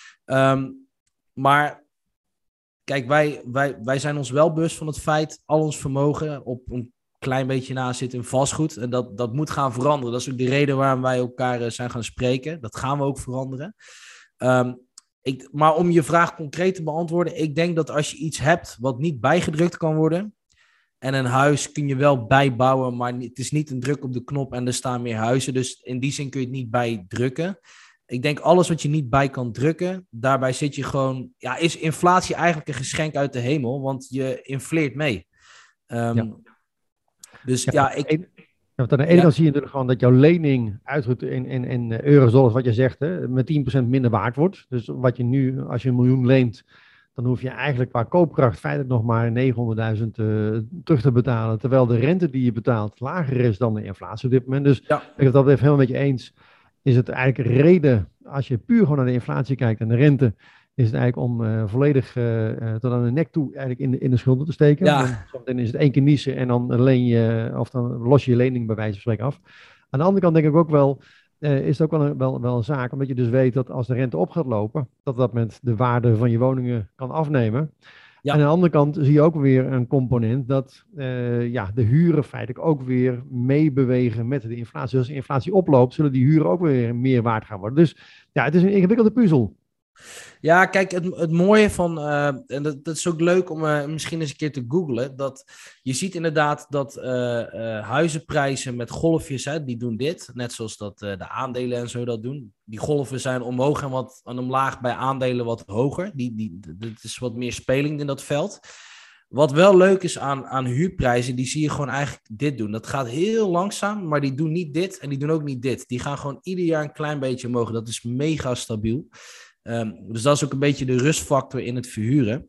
Um, maar kijk, wij, wij, wij zijn ons wel bewust van het feit, al ons vermogen op een klein beetje na zit in vastgoed. En dat, dat moet gaan veranderen. Dat is ook de reden waarom wij elkaar uh, zijn gaan spreken. Dat gaan we ook veranderen. Um, ik, maar om je vraag concreet te beantwoorden, ik denk dat als je iets hebt wat niet bijgedrukt kan worden, en een huis kun je wel bijbouwen, maar het is niet een druk op de knop en er staan meer huizen. Dus in die zin kun je het niet bijdrukken. Ik denk alles wat je niet bij kan drukken, daarbij zit je gewoon... Ja, is inflatie eigenlijk een geschenk uit de hemel, want je infleert mee. Um, ja. Dus ja, ja ik... Ja, want aan de ene ja. kant zie je natuurlijk gewoon dat jouw lening uitgedrukt in, in, in euro's, dollars, wat je zegt, hè, met tien procent minder waard wordt. Dus wat je nu, als je een miljoen leent, dan hoef je eigenlijk qua koopkracht feitelijk nog maar negenhonderdduizend uh, terug te betalen. Terwijl de rente die je betaalt lager is dan de inflatie op dit moment. Dus ja. ik ben dat even helemaal met je eens. Is het eigenlijk een reden, als je puur gewoon naar de inflatie kijkt en de rente, is het eigenlijk om uh, volledig uh, uh, tot aan de nek toe eigenlijk in de, in de schulden te steken. Ja. Dan is het één keer niezen en dan leen je, of dan los je je lening bij wijze van spreken af. Aan de andere kant denk ik ook wel, Uh, is het ook wel een, wel, wel een zaak, omdat je dus weet dat als de rente op gaat lopen, dat dat met de waarde van je woningen kan afnemen. Ja. En aan de andere kant zie je ook weer een component dat uh, ja, de huren feitelijk ook weer meebewegen met de inflatie. Dus als de inflatie oploopt, zullen die huren ook weer meer waard gaan worden. Dus ja, het is een ingewikkelde puzzel. Ja, kijk, het, het mooie van, uh, en dat, dat is ook leuk om uh, misschien eens een keer te googlen, dat je ziet inderdaad dat uh, uh, huizenprijzen met golfjes, hè, die doen dit, net zoals dat uh, de aandelen en zo dat doen. Die golven zijn omhoog en, wat, en omlaag bij aandelen wat hoger. Die, die, dit is wat meer speling in dat veld. Wat wel leuk is aan, aan huurprijzen, die zie je gewoon eigenlijk dit doen. Dat gaat heel langzaam, maar die doen niet dit en die doen ook niet dit. Die gaan gewoon ieder jaar een klein beetje omhoog. Dat is mega stabiel. Um, dus dat is ook een beetje de rustfactor in het verhuren.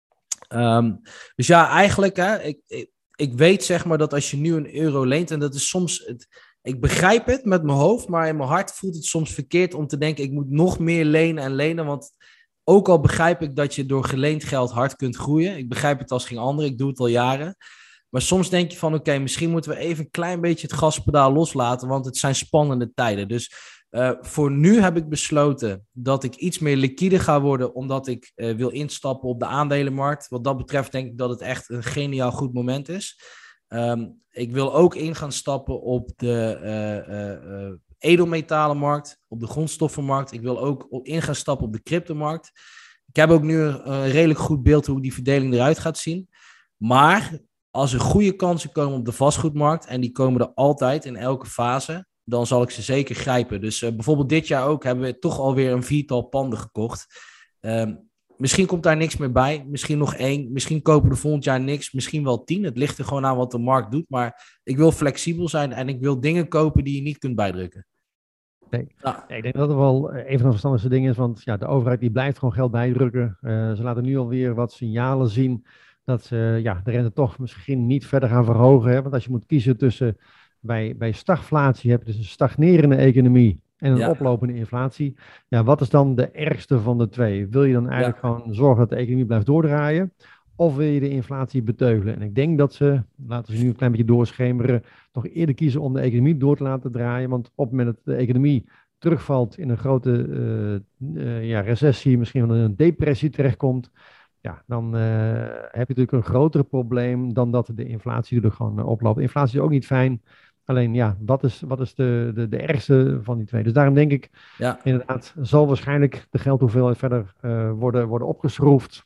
Um, dus ja, eigenlijk, hè, ik, ik, ik weet zeg maar dat als je nu een euro leent, en dat is soms, het, ik begrijp het met mijn hoofd, maar in mijn hart voelt het soms verkeerd om te denken, ik moet nog meer lenen en lenen, want ook al begrijp ik dat je door geleend geld hard kunt groeien, ik begrijp het als geen ander, ik doe het al jaren, maar soms denk je van, oké, okay, misschien moeten we even een klein beetje het gaspedaal loslaten, want het zijn spannende tijden. Dus Uh, voor nu heb ik besloten dat ik iets meer liquide ga worden, omdat ik uh, wil instappen op de aandelenmarkt. Wat dat betreft denk ik dat het echt een geniaal goed moment is. Um, ik wil ook in gaan stappen op de uh, uh, uh, edelmetalenmarkt, op de grondstoffenmarkt. Ik wil ook in gaan stappen op de cryptomarkt. Ik heb ook nu een, een redelijk goed beeld hoe die verdeling eruit gaat zien. Maar als er goede kansen komen op de vastgoedmarkt, en die komen er altijd in elke fase, dan zal ik ze zeker grijpen. Dus uh, bijvoorbeeld dit jaar ook hebben we toch alweer een viertal panden gekocht. Um, misschien komt daar niks meer bij. Misschien nog één. Misschien kopen we volgend jaar niks. Misschien wel tien. Het ligt er gewoon aan wat de markt doet. Maar ik wil flexibel zijn en ik wil dingen kopen die je niet kunt bijdrukken. Nee. Ja, Nee, ik denk dat het wel een van de verstandigste dingen is, want ja, de overheid die blijft gewoon geld bijdrukken. Uh, ze laten nu alweer wat signalen zien dat ze ja, de rente toch misschien niet verder gaan verhogen. Hè? Want als je moet kiezen tussen bij, bij stagflatie, heb je dus een stagnerende economie en een ja, oplopende inflatie. Ja, wat is dan de ergste van de twee? Wil je dan eigenlijk ja, gewoon zorgen dat de economie blijft doordraaien? Of wil je de inflatie beteugelen? En ik denk dat ze, laten ze nu een klein beetje doorschemeren, toch eerder kiezen om de economie door te laten draaien. Want op het moment dat de economie terugvalt in een grote uh, uh, ja, recessie, misschien wel in een depressie terechtkomt, ja, dan uh, heb je natuurlijk een groter probleem dan dat de inflatie er gewoon uh, oploopt. Inflatie is ook niet fijn. Alleen ja, wat is, wat is de, de, de ergste van die twee? Dus daarom denk ik, ja, inderdaad, zal waarschijnlijk de geldhoeveelheid verder uh, worden, worden opgeschroefd.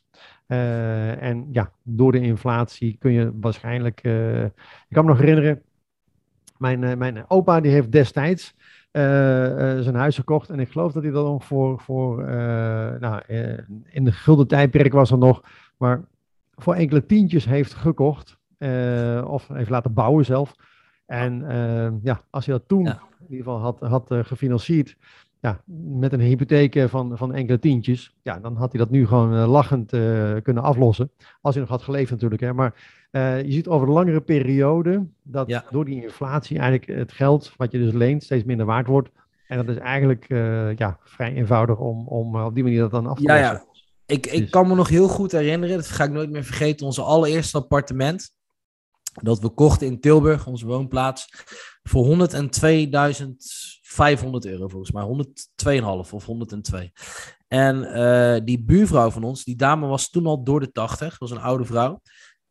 Uh, en ja, door de inflatie kun je waarschijnlijk... Uh, ik kan me nog herinneren, mijn, uh, mijn opa die heeft destijds uh, uh, zijn huis gekocht. En ik geloof dat hij dat nog voor... voor uh, nou, uh, in de gulden tijdperk was er nog, maar voor enkele tientjes heeft gekocht. Uh, of heeft laten bouwen zelf. En uh, ja, als hij dat toen ja, in ieder geval had, had uh, gefinancierd... Ja, met een hypotheek van, van enkele tientjes, ja, dan had hij dat nu gewoon uh, lachend uh, kunnen aflossen. Als hij nog had geleefd natuurlijk. Hè. Maar uh, je ziet over de langere periode dat ja. door die inflatie eigenlijk het geld wat je dus leent steeds minder waard wordt. En dat is eigenlijk uh, ja, vrij eenvoudig om, om uh, op die manier dat dan af te Ja, lossen. ja. Ik, ik Dus, kan me nog heel goed herinneren, dat ga ik nooit meer vergeten, onze allereerste appartement. Dat we kochten in Tilburg, onze woonplaats, voor honderdtweeduizend vijfhonderd euro volgens mij. honderdtwee komma vijf of honderdtwee. En uh, die buurvrouw van ons, die dame was toen al door de tachtig, was een oude vrouw.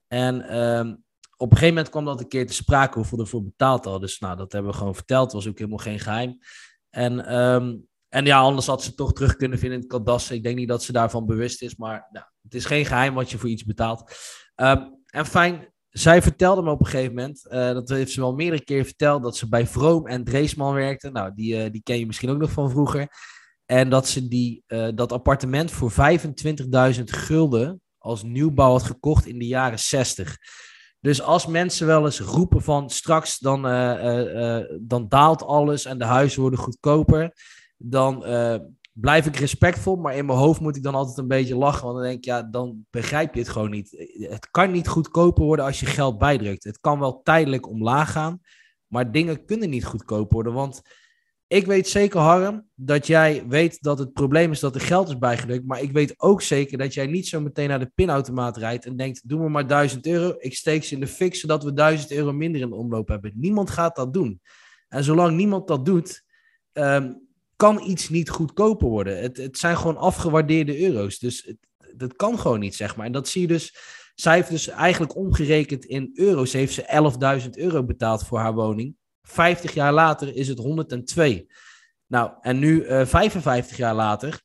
En um, op een gegeven moment kwam dat een keer te sprake hoeveel we ervoor betaald hadden. Dus nou, dat hebben we gewoon verteld, was ook helemaal geen geheim. En, um, en ja, anders had ze toch terug kunnen vinden in het kadaster. Ik denk niet dat ze daarvan bewust is, maar nou, het is geen geheim wat je voor iets betaalt. Um, en fijn, zij vertelde me op een gegeven moment, uh, dat heeft ze wel meerdere keer verteld, dat ze bij Vroom en Dreesman werkte. Nou, die, uh, die ken je misschien ook nog van vroeger. En dat ze die, uh, dat appartement voor vijfentwintigduizend gulden als nieuwbouw had gekocht in de jaren zestig. Dus als mensen wel eens roepen van straks dan, uh, uh, uh, dan daalt alles en de huizen worden goedkoper, dan uh, blijf ik respectvol, maar in mijn hoofd moet ik dan altijd een beetje lachen, want dan denk ik, ja, dan begrijp je het gewoon niet. Het kan niet goedkoper worden als je geld bijdrukt. Het kan wel tijdelijk omlaag gaan, maar dingen kunnen niet goedkoper worden, want ik weet zeker, Harm, dat jij weet dat het probleem is dat er geld is bijgedrukt. Maar ik weet ook zeker dat jij niet zo meteen naar de pinautomaat rijdt en denkt, doe me maar duizend euro. Ik steek ze in de fik, zodat we duizend euro minder in de omloop hebben. Niemand gaat dat doen. En zolang niemand dat doet, um, kan iets niet goedkoper worden. Het, het zijn gewoon afgewaardeerde euro's. Dus het, dat kan gewoon niet, zeg maar. En dat zie je dus. Zij heeft dus eigenlijk omgerekend in euro's, heeft ze elfduizend euro betaald voor haar woning. vijftig jaar later is het honderdtwee. Nou, en nu uh, vijfenvijftig jaar later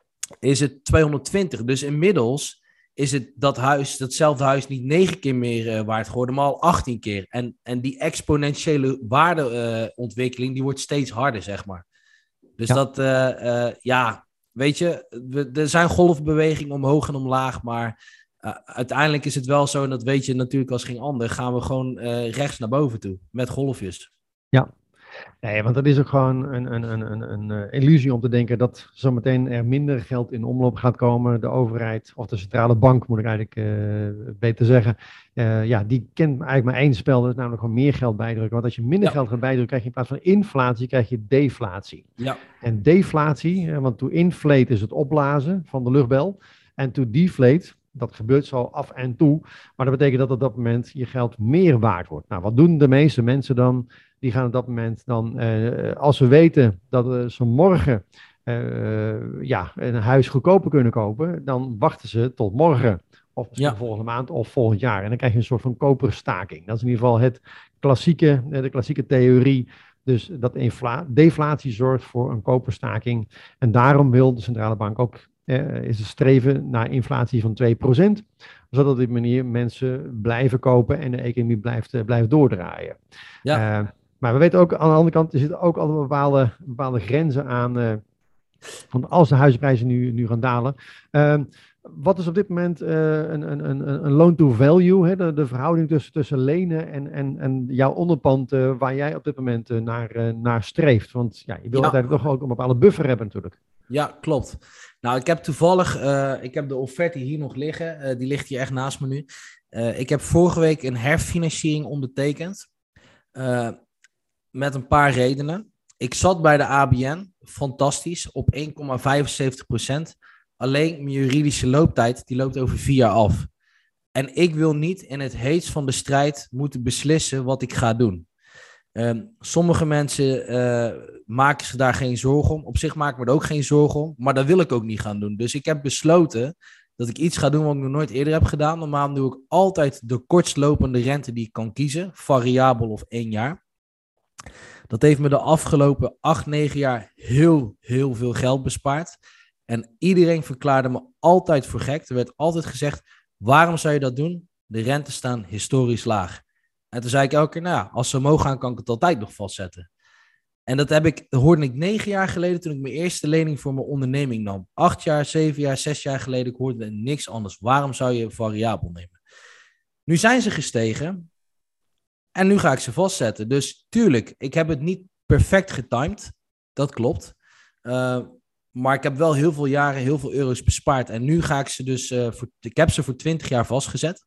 is het tweehonderdtwintig. Dus inmiddels is het dat huis, datzelfde huis niet negen keer meer uh, waard geworden, maar al achttien keer. En, en die exponentiële waardeontwikkeling, uh, die wordt steeds harder, zeg maar. Dus ja. dat, uh, uh, ja, weet je, we, er zijn golfbewegingen omhoog en omlaag, maar uh, uiteindelijk is het wel zo, en dat weet je natuurlijk als geen ander, gaan we gewoon uh, rechts naar boven toe, met golfjes. Ja, nee, want dat is ook gewoon een, een, een, een, een illusie om te denken dat zometeen er minder geld in omloop gaat komen. De overheid, of de centrale bank moet ik eigenlijk uh, beter zeggen, uh, ja, die kent eigenlijk maar één spel, dat is namelijk gewoon meer geld bijdrukken. Want als je minder ja. geld gaat bijdrukken, krijg je in plaats van inflatie, krijg je deflatie. Ja. En deflatie, want to inflate is het opblazen van de luchtbel, en to deflate, dat gebeurt zo af en toe, maar dat betekent dat op dat moment je geld meer waard wordt. Nou, wat doen de meeste mensen dan? Die gaan op dat moment dan, uh, als ze weten dat uh, ze morgen uh, ja, een huis goedkoper kunnen kopen, dan wachten ze tot morgen. Of misschien ja. volgende maand of volgend jaar. En dan krijg je een soort van koperstaking. Dat is in ieder geval het klassieke, de klassieke theorie. Dus dat infla- deflatie zorgt voor een koperstaking. En daarom wil de centrale bank ook, uh, is het streven naar inflatie van twee procent. Zodat op die manier mensen blijven kopen en de economie blijft, uh, blijft doordraaien. Ja. Uh, Maar we weten ook, aan de andere kant, er zitten ook altijd bepaalde, bepaalde grenzen aan, uh, want als de huizenprijzen nu, nu gaan dalen. Uh, Wat is op dit moment uh, een, een, een, een loan to value, hè? De, de verhouding tussen, tussen lenen en, en, en jouw onderpand uh, waar jij op dit moment uh, naar, uh, naar streeft? Want ja, je wil Ja. uiteindelijk toch ook een bepaalde buffer hebben natuurlijk. Ja, klopt. Nou, ik heb toevallig, uh, ik heb de offerte hier nog liggen. Uh, die ligt hier echt naast me nu. Uh, ik heb vorige week een herfinanciering ondertekend. Uh, met een paar redenen. Ik zat bij de A B N, fantastisch, op één komma vijfenzeventig procent. Alleen mijn juridische looptijd, die loopt over vier jaar af. En ik wil niet in het heetst van de strijd moeten beslissen wat ik ga doen. Um, sommige mensen uh, maken zich daar geen zorgen om. Op zich maak ik me er ook geen zorgen om. Maar dat wil ik ook niet gaan doen. Dus ik heb besloten dat ik iets ga doen wat ik nog nooit eerder heb gedaan. Normaal doe ik altijd de kortstlopende rente die ik kan kiezen. Variabel of één jaar. Dat heeft me de afgelopen acht, negen jaar heel, heel veel geld bespaard. En iedereen verklaarde me altijd voor gek. Er werd altijd gezegd, waarom zou je dat doen? De rentes staan historisch laag. En toen zei ik elke keer, nou ja, als ze omhoog gaan, kan ik het altijd nog vastzetten. En dat heb ik, dat hoorde ik negen jaar geleden toen ik mijn eerste lening voor mijn onderneming nam. Acht jaar, zeven jaar, zes jaar geleden, ik hoorde niks anders. Waarom zou je variabel nemen? Nu zijn ze gestegen en nu ga ik ze vastzetten. Dus tuurlijk, ik heb het niet perfect getimed. Dat klopt. Uh, maar ik heb wel heel veel jaren, heel veel euro's bespaard. En nu ga ik ze dus, uh, voor, ik heb ze voor twintig jaar vastgezet.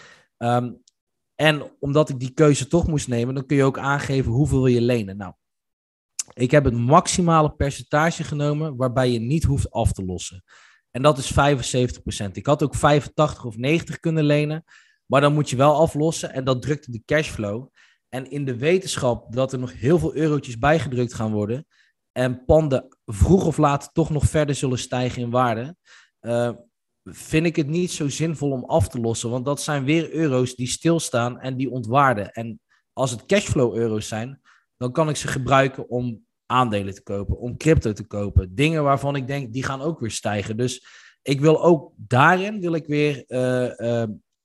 Um, En omdat ik die keuze toch moest nemen, dan kun je ook aangeven hoeveel wil je lenen. Nou, ik heb het maximale percentage genomen waarbij je niet hoeft af te lossen. En dat is vijfenzeventig procent. Ik had ook vijfentachtig of negentig kunnen lenen, maar dan moet je wel aflossen en dat drukt de cashflow. En in de wetenschap dat er nog heel veel eurotjes bijgedrukt gaan worden en panden vroeg of laat toch nog verder zullen stijgen in waarde, uh, vind ik het niet zo zinvol om af te lossen. Want dat zijn weer euro's die stilstaan en die ontwaarden. En als het cashflow euro's zijn, dan kan ik ze gebruiken om aandelen te kopen, om crypto te kopen. Dingen waarvan ik denk, die gaan ook weer stijgen. Dus ik wil ook daarin, wil ik weer uh, uh,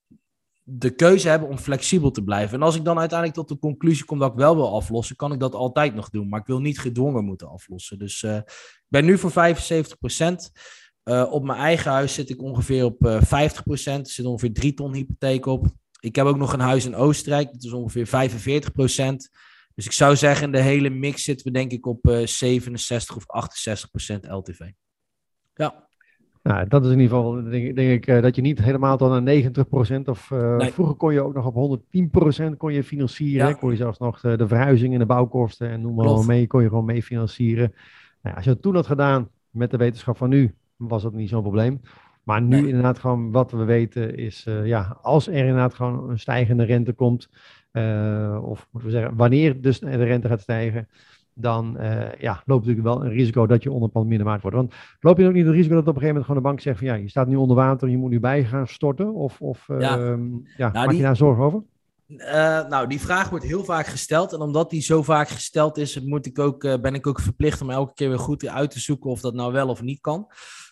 de keuze hebben om flexibel te blijven. En als ik dan uiteindelijk tot de conclusie kom dat ik wel wil aflossen, kan ik dat altijd nog doen. Maar ik wil niet gedwongen moeten aflossen. Dus uh, ik ben nu voor vijfenzeventig procent. Uh, op mijn eigen huis zit ik ongeveer op uh, vijftig procent. Er zit ongeveer drie ton hypotheek op. Ik heb ook nog een huis in Oostenrijk. Dat is ongeveer vijfenveertig procent. Dus ik zou zeggen, in de hele mix zitten we denk ik op uh, zevenenzestig of achtenzestig procent L T V. Ja. Nou, dat is in ieder geval, denk, denk ik, uh, dat je niet helemaal tot naar negentig procent of uh, nee. Vroeger kon je ook nog op honderdtien procent kon je financieren. Ja. Kon je zelfs nog de, de verhuizing en de bouwkosten en noem maar Klopt. mee, kon je gewoon mee financieren. Nou, als je dat toen had gedaan met de wetenschap van nu, was dat niet zo'n probleem. Maar nu nee. inderdaad gewoon wat we weten is, uh, ja, als er inderdaad gewoon een stijgende rente komt, uh, of moeten we zeggen, wanneer dus de rente gaat stijgen, dan uh, ja, loopt natuurlijk wel een risico dat je onderpand minder waard wordt. Want loop je ook niet het risico dat op een gegeven moment gewoon de bank zegt van ja, je staat nu onder water, je moet nu bij gaan storten? Of, of uh, ja. Ja, nou, maak die, je daar zorgen over? Uh, nou, die vraag wordt heel vaak gesteld. En omdat die zo vaak gesteld is, moet ik ook, uh, ben ik ook verplicht om elke keer weer goed uit te zoeken of dat nou wel of niet kan.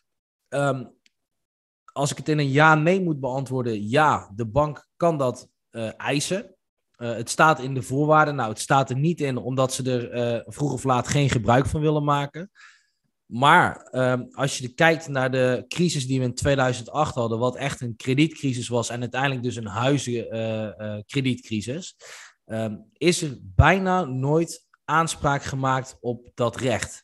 Um, als ik het in een ja-nee moet beantwoorden, ja, de bank kan dat uh, eisen. Uh, het staat in de voorwaarden. Nou, het staat er niet in omdat ze er uh, vroeg of laat geen gebruik van willen maken. Maar um, als je kijkt naar de crisis die we in tweeduizend acht hadden, wat echt een kredietcrisis was en uiteindelijk dus een huizenkredietcrisis, uh, uh, um, is er bijna nooit aanspraak gemaakt op dat recht.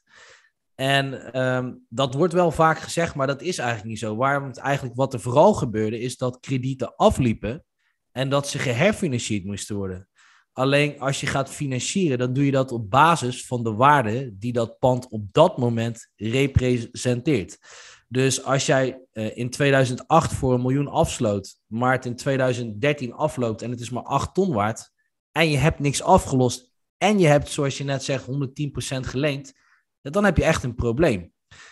En um, dat wordt wel vaak gezegd, maar dat is eigenlijk niet zo. Waarom het eigenlijk wat er vooral gebeurde, is dat kredieten afliepen en dat ze geherfinancierd moesten worden. Alleen als je gaat financieren, dan doe je dat op basis van de waarde die dat pand op dat moment representeert. Dus als jij uh, in tweeduizend acht voor een miljoen afsloot, maar het in tweeduizend dertien afloopt en het is maar acht ton waard, en je hebt niks afgelost en je hebt, zoals je net zegt, honderdtien procent geleend, dan heb je echt een probleem.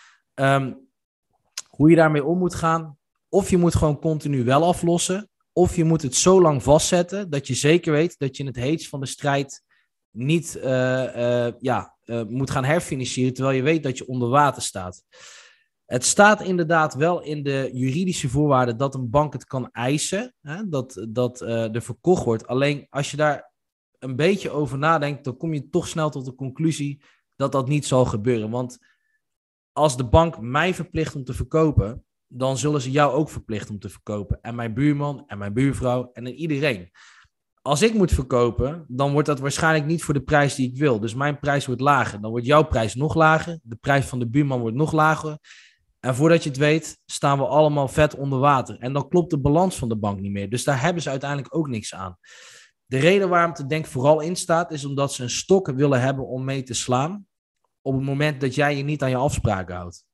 Um, hoe je daarmee om moet gaan, of je moet gewoon continu wel aflossen, of je moet het zo lang vastzetten dat je zeker weet dat je in het heetst van de strijd niet uh, uh, ja, uh, moet gaan herfinancieren, terwijl je weet dat je onder water staat. Het staat inderdaad wel in de juridische voorwaarden dat een bank het kan eisen, hè, dat, dat uh, er verkocht wordt. Alleen als je daar een beetje over nadenkt, dan kom je toch snel tot de conclusie dat dat niet zal gebeuren. Want als de bank mij verplicht om te verkopen, dan zullen ze jou ook verplichten om te verkopen. En mijn buurman en mijn buurvrouw en iedereen. Als ik moet verkopen, dan wordt dat waarschijnlijk niet voor de prijs die ik wil. Dus mijn prijs wordt lager. Dan wordt jouw prijs nog lager. De prijs van de buurman wordt nog lager. En voordat je het weet, staan we allemaal vet onder water. En dan klopt de balans van de bank niet meer. Dus daar hebben ze uiteindelijk ook niks aan. De reden waarom de Denk vooral in staat, is omdat ze een stok willen hebben om mee te slaan. Op het moment dat jij je niet aan je afspraken houdt.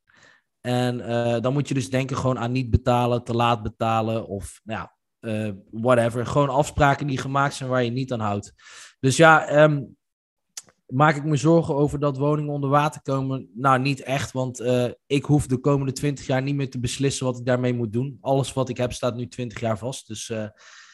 En uh, dan moet je dus denken gewoon aan niet betalen, te laat betalen of nou ja, uh, whatever. Gewoon afspraken die gemaakt zijn waar je niet aan houdt. Dus ja, um, maak ik me zorgen over dat woningen onder water komen? Nou, niet echt, want uh, ik hoef de komende twintig jaar niet meer te beslissen wat ik daarmee moet doen. Alles wat ik heb staat nu twintig jaar vast. Dus uh,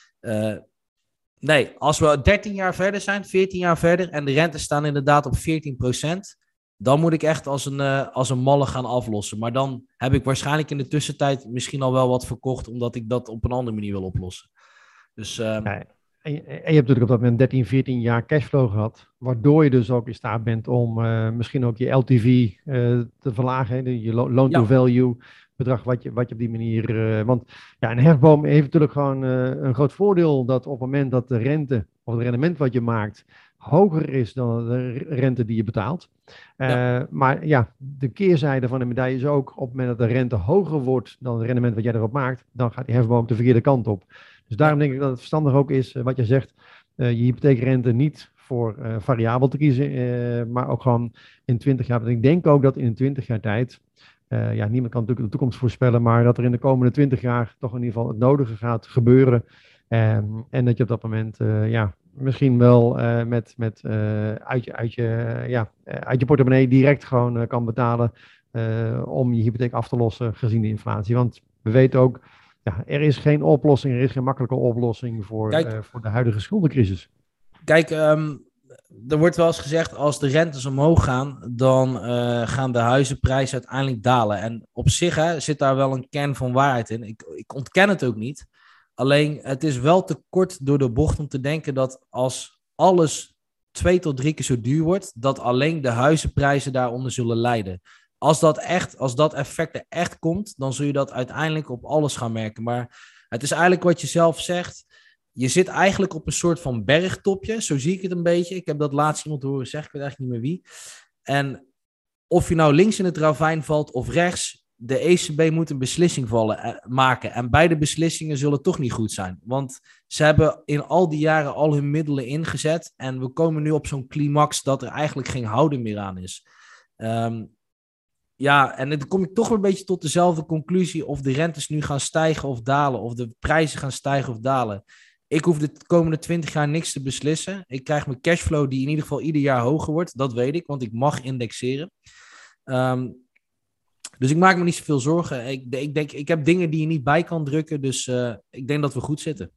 uh, nee, als we dertien jaar verder zijn, veertien jaar verder en de rentes staan inderdaad op veertien procent... dan moet ik echt als een, uh, als een malle gaan aflossen. Maar dan heb ik waarschijnlijk in de tussentijd misschien al wel wat verkocht, omdat ik dat op een andere manier wil oplossen. Dus, uh... ja, en, je, en je hebt natuurlijk op dat moment dertien, veertien jaar cashflow gehad, waardoor je dus ook in staat bent om uh, misschien ook je L T V uh, te verlagen, hè, je loan to value bedrag wat je, wat je op die manier... Uh, want ja, een hefboom heeft natuurlijk gewoon uh, een groot voordeel dat op het moment dat de rente of het rendement wat je maakt hoger is dan de rente die je betaalt. Uh, ja. Maar ja, de keerzijde van de medaille is ook op het moment dat de rente hoger wordt dan het rendement wat jij erop maakt, dan gaat die hefboom de verkeerde kant op. Dus daarom denk ik dat het verstandig ook is, uh, wat je zegt, uh, je hypotheekrente niet voor uh, variabel te kiezen, uh, maar ook gewoon in twintig jaar. Want ik denk ook dat in twintig jaar tijd, uh, ja, niemand kan natuurlijk de toekomst voorspellen, maar dat er in de komende twintig jaar toch in ieder geval het nodige gaat gebeuren. Um, en dat je op dat moment, uh, ja, misschien wel uh, met, met uh, uit, je, uit, je, uh, ja, uh, uit je portemonnee direct gewoon uh, kan betalen uh, om je hypotheek af te lossen gezien de inflatie. Want we weten ook, ja, er is geen oplossing, er is geen makkelijke oplossing voor, Kijk, uh, voor de huidige schuldencrisis. Kijk, um, er wordt wel eens gezegd, als de rentes omhoog gaan, dan uh, gaan de huizenprijzen uiteindelijk dalen. En op zich hè, zit daar wel een kern van waarheid in. Ik, ik ontken het ook niet. Alleen, het is wel te kort door de bocht om te denken dat als alles twee tot drie keer zo duur wordt, dat alleen de huizenprijzen daaronder zullen lijden. Als dat echt, als dat effect er echt komt, dan zul je dat uiteindelijk op alles gaan merken. Maar het is eigenlijk wat je zelf zegt. Je zit eigenlijk op een soort van bergtopje, zo zie ik het een beetje. Ik heb dat laatst iemand horen zeggen, ik weet eigenlijk niet meer wie. En of je nou links in het ravijn valt of rechts, de E C B moet een beslissing vallen, eh, maken. En beide beslissingen zullen toch niet goed zijn. Want ze hebben in al die jaren al hun middelen ingezet. En we komen nu op zo'n climax dat er eigenlijk geen houden meer aan is. Um, ja, en dan kom ik toch een beetje tot dezelfde conclusie. Of de rentes nu gaan stijgen of dalen. Of de prijzen gaan stijgen of dalen. Ik hoef de komende twintig jaar niks te beslissen. Ik krijg mijn cashflow die in ieder geval ieder jaar hoger wordt. Dat weet ik, want ik mag indexeren. Um, Dus ik maak me niet zoveel zorgen. Ik, ik denk, ik heb dingen die je niet bij kan drukken. Dus uh, ik denk dat we goed zitten.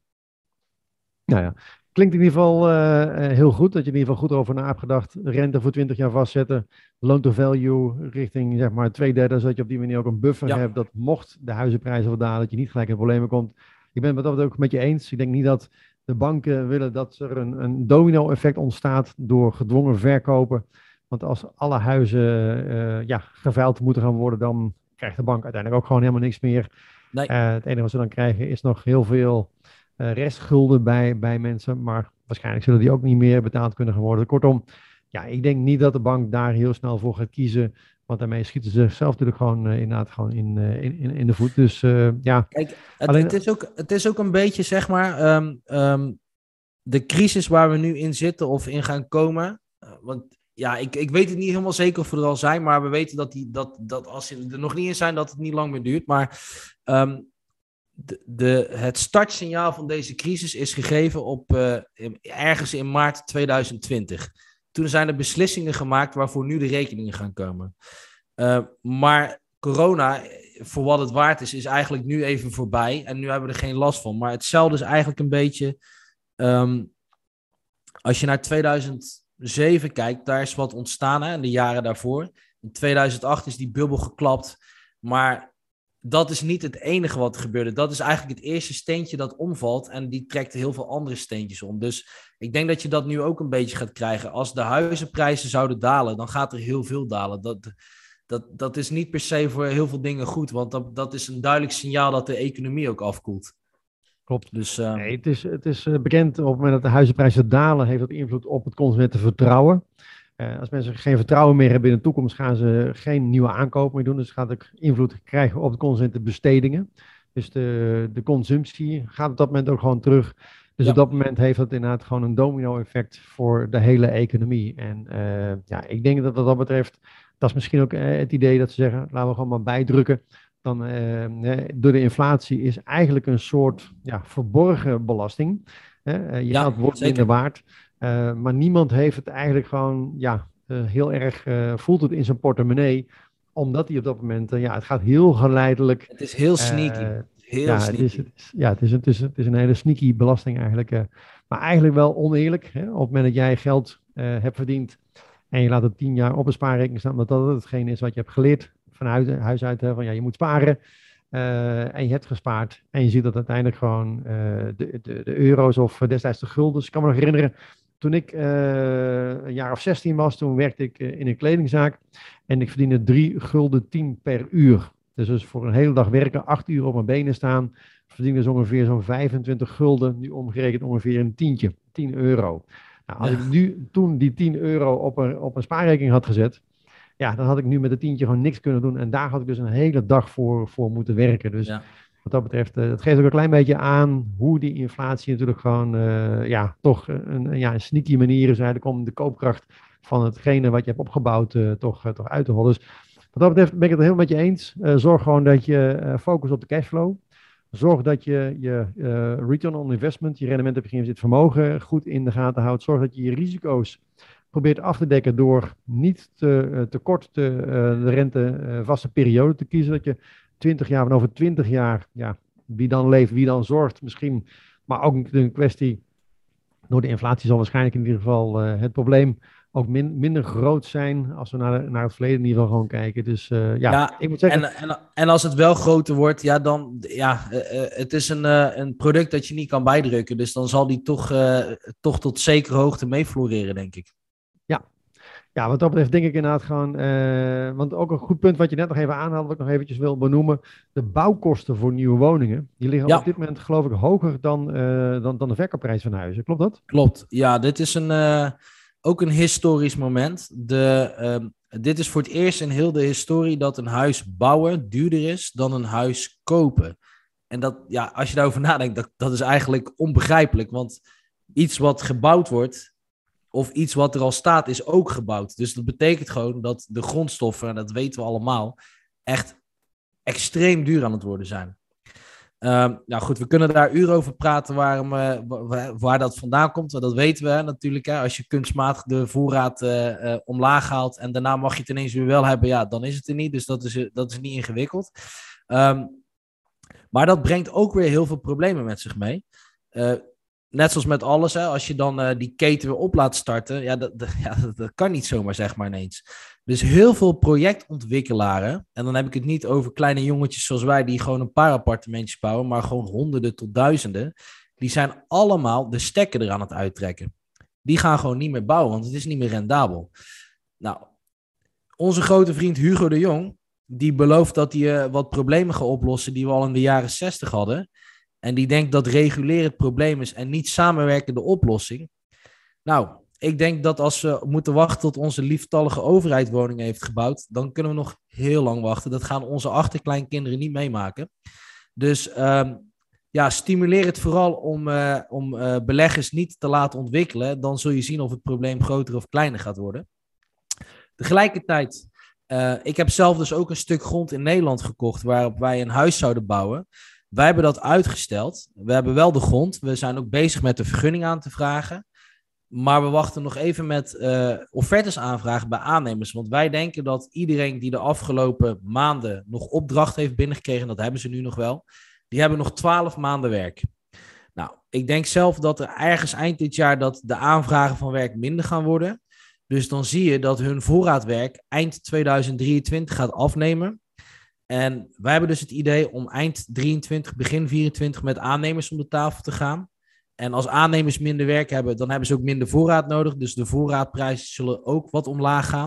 Nou ja, klinkt in ieder geval uh, heel goed. Dat je in ieder geval goed over na hebt gedacht. Rente voor twintig jaar vastzetten. Loan to value richting zeg maar twee derde. Zodat je op die manier ook een buffer ja. hebt. Dat mocht de huizenprijzen wat dalen. Dat je niet gelijk in problemen komt. Ik ben het wat dat ook met je eens. Ik denk niet dat de banken willen dat er een, een domino effect ontstaat. Door gedwongen verkopen. Want als alle huizen uh, ja, geveild moeten gaan worden, dan krijgt de bank uiteindelijk ook gewoon helemaal niks meer. Nee. Uh, het enige wat ze dan krijgen is nog heel veel uh, restschulden bij, bij mensen. Maar waarschijnlijk zullen die ook niet meer betaald kunnen gaan worden. Kortom, ja, ik denk niet dat de bank daar heel snel voor gaat kiezen. Want daarmee schieten ze zichzelf natuurlijk gewoon uh, inderdaad gewoon in, uh, in, in, in de voet. Dus uh, ja. Kijk, het, alleen... het, is ook, het is ook een beetje, zeg maar, um, um, de crisis waar we nu in zitten of in gaan komen. Uh, want Ja, ik, ik weet het niet helemaal zeker of we er al zijn, maar we weten dat, die, dat, dat als ze er nog niet in zijn, dat het niet lang meer duurt. Maar um, de, de, het startsignaal van deze crisis is gegeven op uh, ergens in maart tweeduizend twintig. Toen zijn er beslissingen gemaakt waarvoor nu de rekeningen gaan komen. Uh, maar corona, voor wat het waard is, is eigenlijk nu even voorbij. En nu hebben we er geen last van. Maar hetzelfde is eigenlijk een beetje, um, als je naar tweeduizend zeven kijkt, daar is wat ontstaan hè, in de jaren daarvoor. In tweeduizend acht is die bubbel geklapt. Maar dat is niet het enige wat er gebeurde. Dat is eigenlijk het eerste steentje dat omvalt. En die trekt heel veel andere steentjes om. Dus ik denk dat je dat nu ook een beetje gaat krijgen. Als de huizenprijzen zouden dalen, dan gaat er heel veel dalen. Dat, dat, dat is niet per se voor heel veel dingen goed, want dat, dat is een duidelijk signaal dat de economie ook afkoelt. Klopt. Dus, uh... nee, het, is, het is bekend op het moment dat de huizenprijzen dalen, heeft dat invloed op het consumentenvertrouwen. Uh, als mensen geen vertrouwen meer hebben in de toekomst, gaan ze geen nieuwe aankopen meer doen. Dus het gaat ook invloed krijgen op de consumentenbestedingen. Dus de, de consumptie gaat op dat moment ook gewoon terug. Dus ja. Op dat moment heeft dat inderdaad gewoon een domino-effect voor de hele economie. En uh, ja, ik denk dat wat dat betreft, dat is misschien ook uh, het idee dat ze zeggen, laten we gewoon maar bijdrukken. Dan, uh, door de inflatie is eigenlijk een soort ja, verborgen belasting. Uh, je ja, geld wordt zeker. minder waard. Uh, maar niemand heeft het eigenlijk gewoon ja, uh, heel erg, uh, voelt het in zijn portemonnee. Omdat hij op dat moment, uh, ja, het gaat heel geleidelijk. Het is heel sneaky. Uh, heel ja, sneaky. Het is, het is, ja, het is, het, is, het is een hele sneaky belasting eigenlijk. Uh, maar eigenlijk wel oneerlijk. Hè? Op het moment dat jij geld uh, hebt verdiend en je laat het tien jaar op een spaarrekening staan, omdat dat hetgeen is wat je hebt geleerd vanuit huis uit. Hè? Van ja, je moet sparen. Uh, en je hebt gespaard. En je ziet dat uiteindelijk gewoon uh, de, de, de euro's of destijds de guldens. Ik kan me nog herinneren, toen ik uh, een jaar of zestien was, toen werkte ik uh, in een kledingzaak. En ik verdiende drie gulden tien per uur. Dus, dus voor een hele dag werken, acht uur op mijn benen staan, verdiende dus ongeveer zo'n vijfentwintig gulden. Nu omgerekend ongeveer een tientje, tien euro. Nou, als ja. ik nu toen die tien euro op een, op een spaarrekening had gezet, ja, dan had ik nu met het tientje gewoon niks kunnen doen. En daar had ik dus een hele dag voor, voor moeten werken. Dus ja. wat dat betreft, uh, het geeft ook een klein beetje aan hoe die inflatie natuurlijk gewoon, uh, ja, toch een, ja, een sneaky manier is eigenlijk om de koopkracht van hetgene wat je hebt opgebouwd uh, toch, uh, toch uit te hollen. Dus wat dat betreft ben ik het er heel met je eens. Uh, zorg gewoon dat je uh, focust op de cashflow. Zorg dat je je uh, return on investment, je rendement op je geïnvesteerd vermogen goed in de gaten houdt. Zorg dat je je risico's probeert af te dekken door niet te, uh, te kort te, uh, de rente uh, vaste periode te kiezen. Dat je twintig jaar, van over twintig jaar, ja, wie dan leeft, wie dan zorgt misschien. Maar ook een kwestie, door de inflatie zal waarschijnlijk in ieder geval uh, het probleem ook min, minder groot zijn als we naar, de, naar het verleden in ieder geval gewoon kijken. Dus uh, ja, ja, ik moet zeggen... En, en, en als het wel groter wordt, ja, dan... Ja, uh, het is een, uh, een product dat je niet kan bijdrukken. Dus dan zal die toch, uh, toch tot zekere hoogte mee floreren, denk ik. Ja. Ja, wat dat betreft denk ik inderdaad gewoon... Uh, want ook een goed punt wat je net nog even aanhaalde, wat ik nog eventjes wil benoemen. De bouwkosten voor nieuwe woningen, die liggen ja. op dit moment geloof ik hoger dan, uh, dan, dan de verkoopprijs van huizen. Klopt dat? Klopt. Ja, dit is een... Uh... Ook een historisch moment. De, um, dit is voor het eerst in heel de historie dat een huis bouwen duurder is dan een huis kopen. En dat, ja, als je daarover nadenkt, dat, dat is eigenlijk onbegrijpelijk. Want iets wat gebouwd wordt, of iets wat er al staat, is ook gebouwd. Dus dat betekent gewoon dat de grondstoffen, en dat weten we allemaal, echt extreem duur aan het worden zijn. Um, nou goed, we kunnen daar uren over praten waarom, uh, waar, waar dat vandaan komt. Dat weten we hè, natuurlijk. Hè. Als je kunstmatig de voorraad uh, uh, omlaag haalt en daarna mag je het ineens weer wel hebben, ja, dan is het er niet. Dus dat is, dat is niet ingewikkeld. Um, maar dat brengt ook weer heel veel problemen met zich mee. Uh, net zoals met alles, hè, als je dan uh, die keten weer op laat starten, ja dat, dat, ja, dat, dat kan niet zomaar, zeg maar ineens. Dus heel veel projectontwikkelaren, en dan heb ik het niet over kleine jongetjes zoals wij, die gewoon een paar appartementjes bouwen, maar gewoon honderden tot duizenden, die zijn allemaal de stekker er aan het uittrekken. Die gaan gewoon niet meer bouwen, want het is niet meer rendabel. Nou, onze grote vriend Hugo de Jong, die belooft dat hij uh, wat problemen gaat oplossen die we al in de jaren zestig hadden. En die denkt dat reguleren het probleem is en niet samenwerken de oplossing. Nou, ik denk dat als we moeten wachten tot onze lieftallige overheid woningen heeft gebouwd, dan kunnen we nog heel lang wachten. Dat gaan onze achterkleinkinderen niet meemaken. Dus um, ja, stimuleer het vooral om, uh, om uh, beleggers niet te laten ontwikkelen. Dan zul je zien of het probleem groter of kleiner gaat worden. Tegelijkertijd, uh, ik heb zelf dus ook een stuk grond in Nederland gekocht waarop wij een huis zouden bouwen. Wij hebben dat uitgesteld. We hebben wel de grond. We zijn ook bezig met de vergunning aan te vragen. Maar we wachten nog even met uh, offertes aanvragen bij aannemers. Want wij denken dat iedereen die de afgelopen maanden nog opdracht heeft binnengekregen, dat hebben ze nu nog wel, die hebben nog twaalf maanden werk. Nou, ik denk zelf dat er ergens eind dit jaar dat de aanvragen van werk minder gaan worden. Dus dan zie je dat hun voorraadwerk eind tweeduizend drieëntwintig gaat afnemen. En wij hebben dus het idee om eind drieëntwintig, begin vierentwintig met aannemers om de tafel te gaan. En als aannemers minder werk hebben, dan hebben ze ook minder voorraad nodig. Dus de voorraadprijzen zullen ook wat omlaag gaan.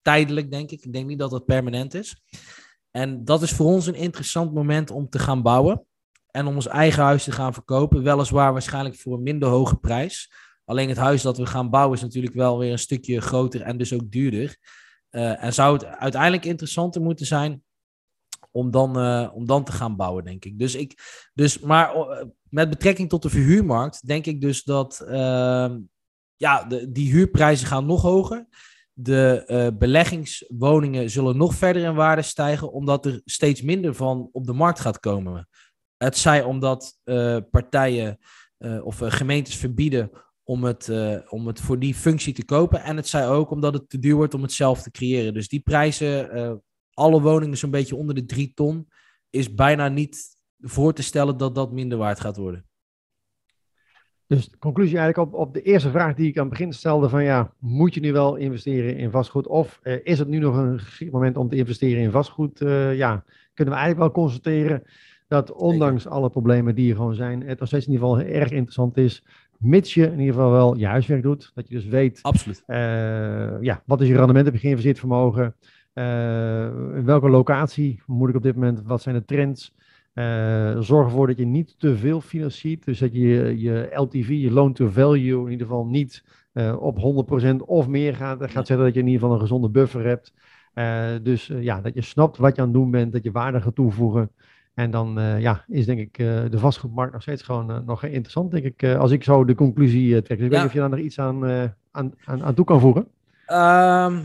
tijdelijk, denk ik. Ik denk niet dat dat permanent is. En dat is voor ons een interessant moment om te gaan bouwen. En om ons eigen huis te gaan verkopen. Weliswaar waarschijnlijk voor een minder hoge prijs. Alleen het huis dat we gaan bouwen is natuurlijk wel weer een stukje groter en dus ook duurder. Uh, en zou het uiteindelijk interessanter moeten zijn om dan, uh, om dan te gaan bouwen, denk ik. Dus ik dus, maar uh, met betrekking tot de verhuurmarkt denk ik dus dat uh, ja, de, die huurprijzen gaan nog hoger. De uh, beleggingswoningen zullen nog verder in waarde stijgen, omdat er steeds minder van op de markt gaat komen. Het zij omdat uh, partijen uh, of uh, gemeentes verbieden om het, uh, om het voor die functie te kopen. En het zij ook omdat het te duur wordt om het zelf te creëren. Dus die prijzen, uh, alle woningen zo'n beetje onder de drie ton, is bijna niet voor te stellen dat dat minder waard gaat worden. Dus de conclusie eigenlijk op, op de eerste vraag die ik aan het begin stelde van ja, moet je nu wel investeren in vastgoed of uh, is het nu nog een geschikt moment om te investeren in vastgoed? Uh, ja, kunnen we eigenlijk wel constateren dat ondanks Zeker. alle problemen die er gewoon zijn, het nog steeds in ieder geval erg interessant is, mits je in ieder geval wel je huiswerk doet. Dat je dus weet, Absoluut. Uh, ja, wat is je rendement, heb je geïnvesteerd vermogen? Uh, in welke locatie moet ik op dit moment? Wat zijn de trends? Uh, zorg ervoor dat je niet te veel financiert. Dus dat je je L T V, je loan to value, in ieder geval niet uh, op honderd procent of meer gaat, gaat zetten. Dat je in ieder geval een gezonde buffer hebt. Uh, dus uh, ja, dat je snapt wat je aan het doen bent, dat je waarde gaat toevoegen. En dan uh, ja, is denk ik uh, de vastgoedmarkt nog steeds gewoon uh, nog interessant, denk ik, uh, als ik zo de conclusie uh, trek. Dus ik ja. weet niet of je daar nog iets aan, uh, aan, aan, aan toe kan voegen. Um,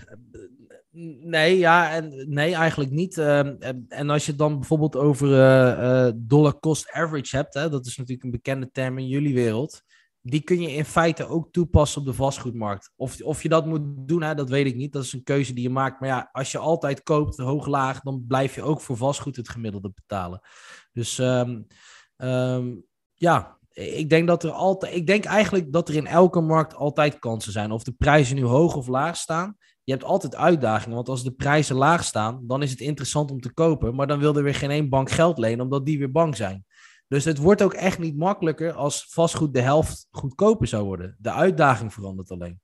nee, ja, en, nee, eigenlijk niet. Uh, en, en als je het dan bijvoorbeeld over uh, uh, dollar cost average hebt, hè, dat is natuurlijk een bekende term in jullie wereld, die kun je in feite ook toepassen op de vastgoedmarkt. Of, of je dat moet doen, hè, dat weet ik niet. Dat is een keuze die je maakt. Maar ja, als je altijd koopt, hoog-laag, dan blijf je ook voor vastgoed het gemiddelde betalen. Dus um, um, ja, ik denk dat er altijd, ik denk eigenlijk dat er in elke markt altijd kansen zijn. Of de prijzen nu hoog of laag staan. Je hebt altijd uitdagingen, want als de prijzen laag staan, dan is het interessant om te kopen. Maar dan wil er weer geen één bank geld lenen, omdat die weer bang zijn. Dus het wordt ook echt niet makkelijker als vastgoed de helft goedkoper zou worden. De uitdaging verandert alleen.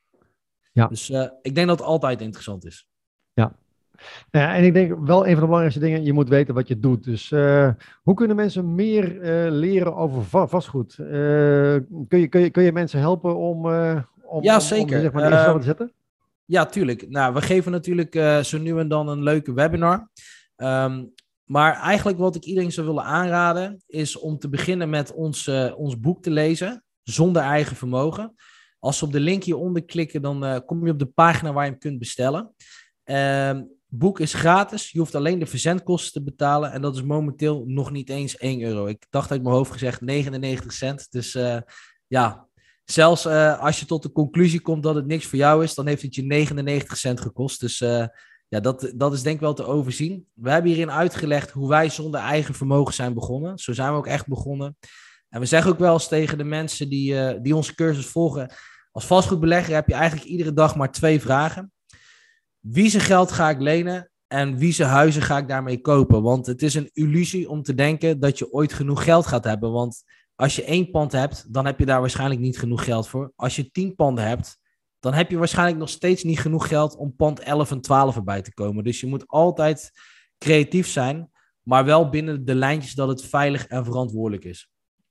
Ja. Dus uh, ik denk dat het altijd interessant is. Ja. Ja, en ik denk wel een van de belangrijkste dingen, je moet weten wat je doet. Dus uh, hoe kunnen mensen meer uh, leren over va- vastgoed? Uh, kun, je, kun, je, kun je mensen helpen om, uh, om, ja, om, zeker. om zeg maar, de eerste stappen te zetten? Ja, tuurlijk. Nou, we geven natuurlijk uh, zo nu en dan een leuke webinar. Um, Maar eigenlijk wat ik iedereen zou willen aanraden, is om te beginnen met ons, uh, ons boek te lezen, zonder eigen vermogen. Als ze op de link hieronder klikken, dan uh, kom je op de pagina waar je hem kunt bestellen. Het uh, boek is gratis, je hoeft alleen de verzendkosten te betalen en dat is momenteel nog niet eens één euro. Ik dacht uit mijn hoofd gezegd negenennegentig cent. Dus uh, ja, zelfs uh, als je tot de conclusie komt dat het niks voor jou is, dan heeft het je negenennegentig cent gekost. Dus uh, ja, dat, dat is denk ik wel te overzien. We hebben hierin uitgelegd hoe wij zonder eigen vermogen zijn begonnen. Zo zijn we ook echt begonnen. En we zeggen ook wel eens tegen de mensen die, uh, die onze cursus volgen, als vastgoedbelegger heb je eigenlijk iedere dag maar twee vragen. Wie zijn geld ga ik lenen en wie zijn huizen ga ik daarmee kopen? Want het is een illusie om te denken dat je ooit genoeg geld gaat hebben. Want als je één pand hebt, dan heb je daar waarschijnlijk niet genoeg geld voor. Als je tien panden hebt, dan heb je waarschijnlijk nog steeds niet genoeg geld om pand elf en twaalf erbij te komen. Dus je moet altijd creatief zijn, maar wel binnen de lijntjes dat het veilig en verantwoordelijk is.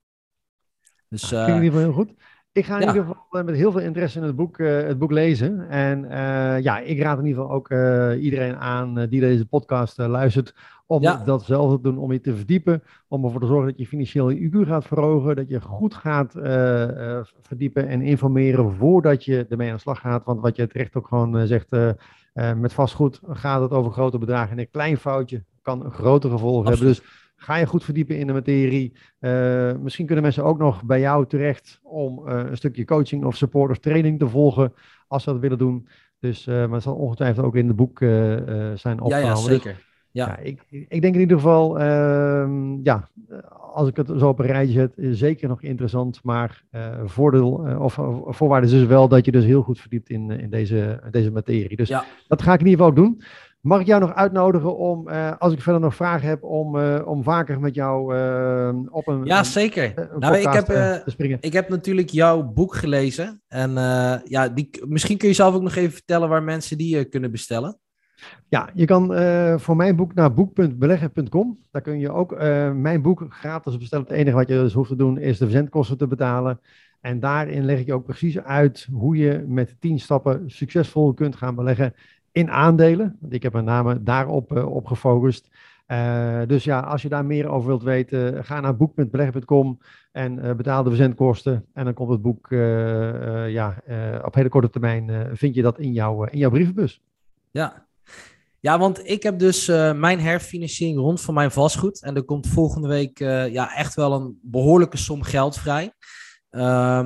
Dus, uh, vind ik in ieder geval heel goed. Ik ga in ja. ieder geval met heel veel interesse in het boek, uh, het boek lezen. En uh, ja, ik raad in ieder geval ook uh, iedereen aan uh, die deze podcast uh, luistert, om ja. dat zelf te doen, om je te verdiepen, om ervoor te zorgen dat je financieel je I Q gaat verhogen, dat je goed gaat uh, uh, verdiepen en informeren voordat je ermee aan de slag gaat. Want wat je terecht ook gewoon uh, zegt, uh, uh, met vastgoed gaat het over grote bedragen en een klein foutje kan een grote gevolgen hebben. Dus ga je goed verdiepen in de materie. Uh, misschien kunnen mensen ook nog bij jou terecht om uh, een stukje coaching of support of training te volgen, als ze dat willen doen. Dus, uh, maar het zal ongetwijfeld ook in het boek uh, uh, zijn opgenomen. Ja, ja, zeker. Dus, ja. Ja, ik, ik denk in ieder geval, uh, ja, als ik het zo op een rijtje zet, is zeker nog interessant. Maar uh, voordeel, uh, of uh, voorwaarde is dus wel dat je dus heel goed verdiept in, in deze, deze materie. Dus ja. dat ga ik in ieder geval ook doen. Mag ik jou nog uitnodigen om, uh, als ik verder nog vragen heb, om, uh, om vaker met jou uh, op een, ja, zeker. een, een nou, ik heb, uh, te springen? Ik heb natuurlijk jouw boek gelezen. En uh, ja, die, misschien kun je zelf ook nog even vertellen waar mensen die uh, kunnen bestellen. Ja, je kan uh, voor mijn boek naar boek punt beleggen punt com. Daar kun je ook uh, mijn boek gratis bestellen. Het enige wat je dus hoeft te doen is de verzendkosten te betalen. En daarin leg ik je ook precies uit hoe je met tien stappen succesvol kunt gaan beleggen in aandelen. Want ik heb met name daarop uh, op gefocust. Uh, dus ja, als je daar meer over wilt weten, ga naar boek punt beleggen punt com en uh, betaal de verzendkosten. En dan komt het boek uh, uh, ja, uh, op hele korte termijn uh, vind je dat in, jou, uh, in jouw brievenbus. Ja. Ja, want ik heb dus uh, mijn herfinanciering rond van mijn vastgoed. En er komt volgende week uh, ja, echt wel een behoorlijke som geld vrij. Uh,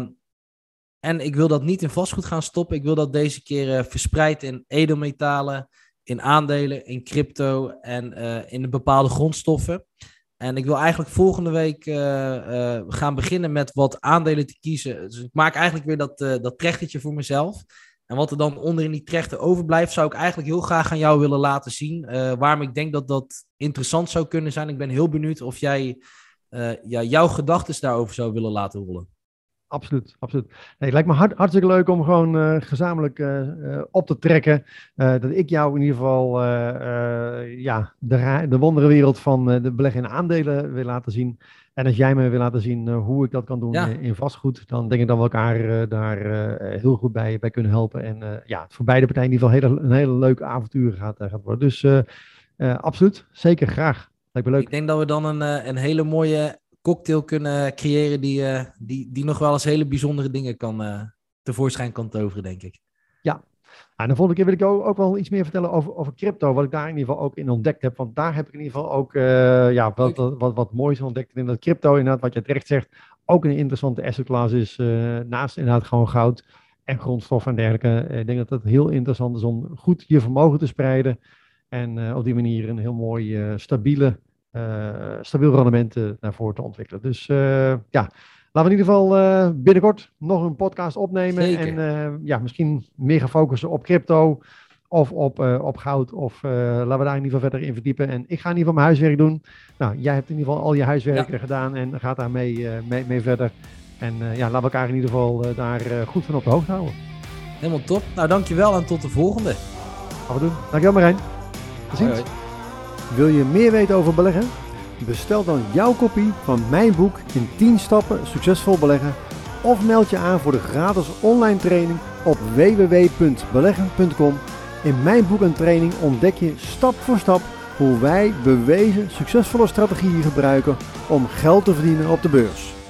en ik wil dat niet in vastgoed gaan stoppen. Ik wil dat deze keer uh, verspreid in edelmetalen, in aandelen, in crypto en uh, in de bepaalde grondstoffen. En ik wil eigenlijk volgende week uh, uh, gaan beginnen met wat aandelen te kiezen. Dus ik maak eigenlijk weer dat, uh, dat trechtertje voor mezelf. En wat er dan onder in die trechter overblijft, zou ik eigenlijk heel graag aan jou willen laten zien. Uh, waarom ik denk dat dat interessant zou kunnen zijn. Ik ben heel benieuwd of jij uh, ja, jouw gedachten daarover zou willen laten rollen. Absoluut, absoluut. Nee, het lijkt me hart, hartstikke leuk om gewoon uh, gezamenlijk uh, uh, op te trekken. Uh, dat ik jou in ieder geval uh, uh, ja, de, de wonderenwereld van uh, de beleggen in aandelen wil laten zien. En als jij me wil laten zien uh, hoe ik dat kan doen ja. in, in vastgoed, dan denk ik dat we elkaar uh, daar uh, heel goed bij, bij kunnen helpen. En uh, ja, het voor beide partijen in ieder geval hele, een hele leuke avontuur gaat, uh, gaat worden. Dus uh, uh, absoluut, zeker graag. Lijkt me leuk. Ik denk dat we dan een, een hele mooie cocktail kunnen creëren die, uh, die, die nog wel eens hele bijzondere dingen kan, uh, tevoorschijn kan toveren, denk ik. Ja, en de volgende keer wil ik ook, ook wel iets meer vertellen over, over crypto, wat ik daar in ieder geval ook in ontdekt heb. Want daar heb ik in ieder geval ook uh, ja, wat, wat, wat, wat moois ontdekt. En dat crypto inderdaad, wat je terecht zegt, ook een interessante assetclass is. Uh, naast inderdaad gewoon goud en grondstoffen en dergelijke. Ik denk dat het heel interessant is om goed je vermogen te spreiden. En uh, op die manier een heel mooi uh, stabiele, uh, stabiel rendement uh, naar voren te ontwikkelen. Dus uh, ja... Laten we in ieder geval uh, binnenkort nog een podcast opnemen. Zeker. En uh, ja, misschien meer gaan focussen op crypto of op, uh, op goud. Of uh, laten we daar in ieder geval verder in verdiepen. En ik ga in ieder geval mijn huiswerk doen. Nou, jij hebt in ieder geval al je huiswerk ja. gedaan en gaat daar mee, uh, mee, mee verder. En uh, ja, laten we elkaar in ieder geval uh, daar uh, goed van op de hoogte houden. Helemaal top. Nou, dankjewel en tot de volgende. Gaan we doen. Dankjewel Marijn. Tot ziens. Hoi, hoi. Wil je meer weten over beleggen? Bestel dan jouw kopie van mijn boek in tien stappen succesvol beleggen of meld je aan voor de gratis online training op w w w punt beleggen punt com. In mijn boek en training ontdek je stap voor stap hoe wij bewezen succesvolle strategieën gebruiken om geld te verdienen op de beurs.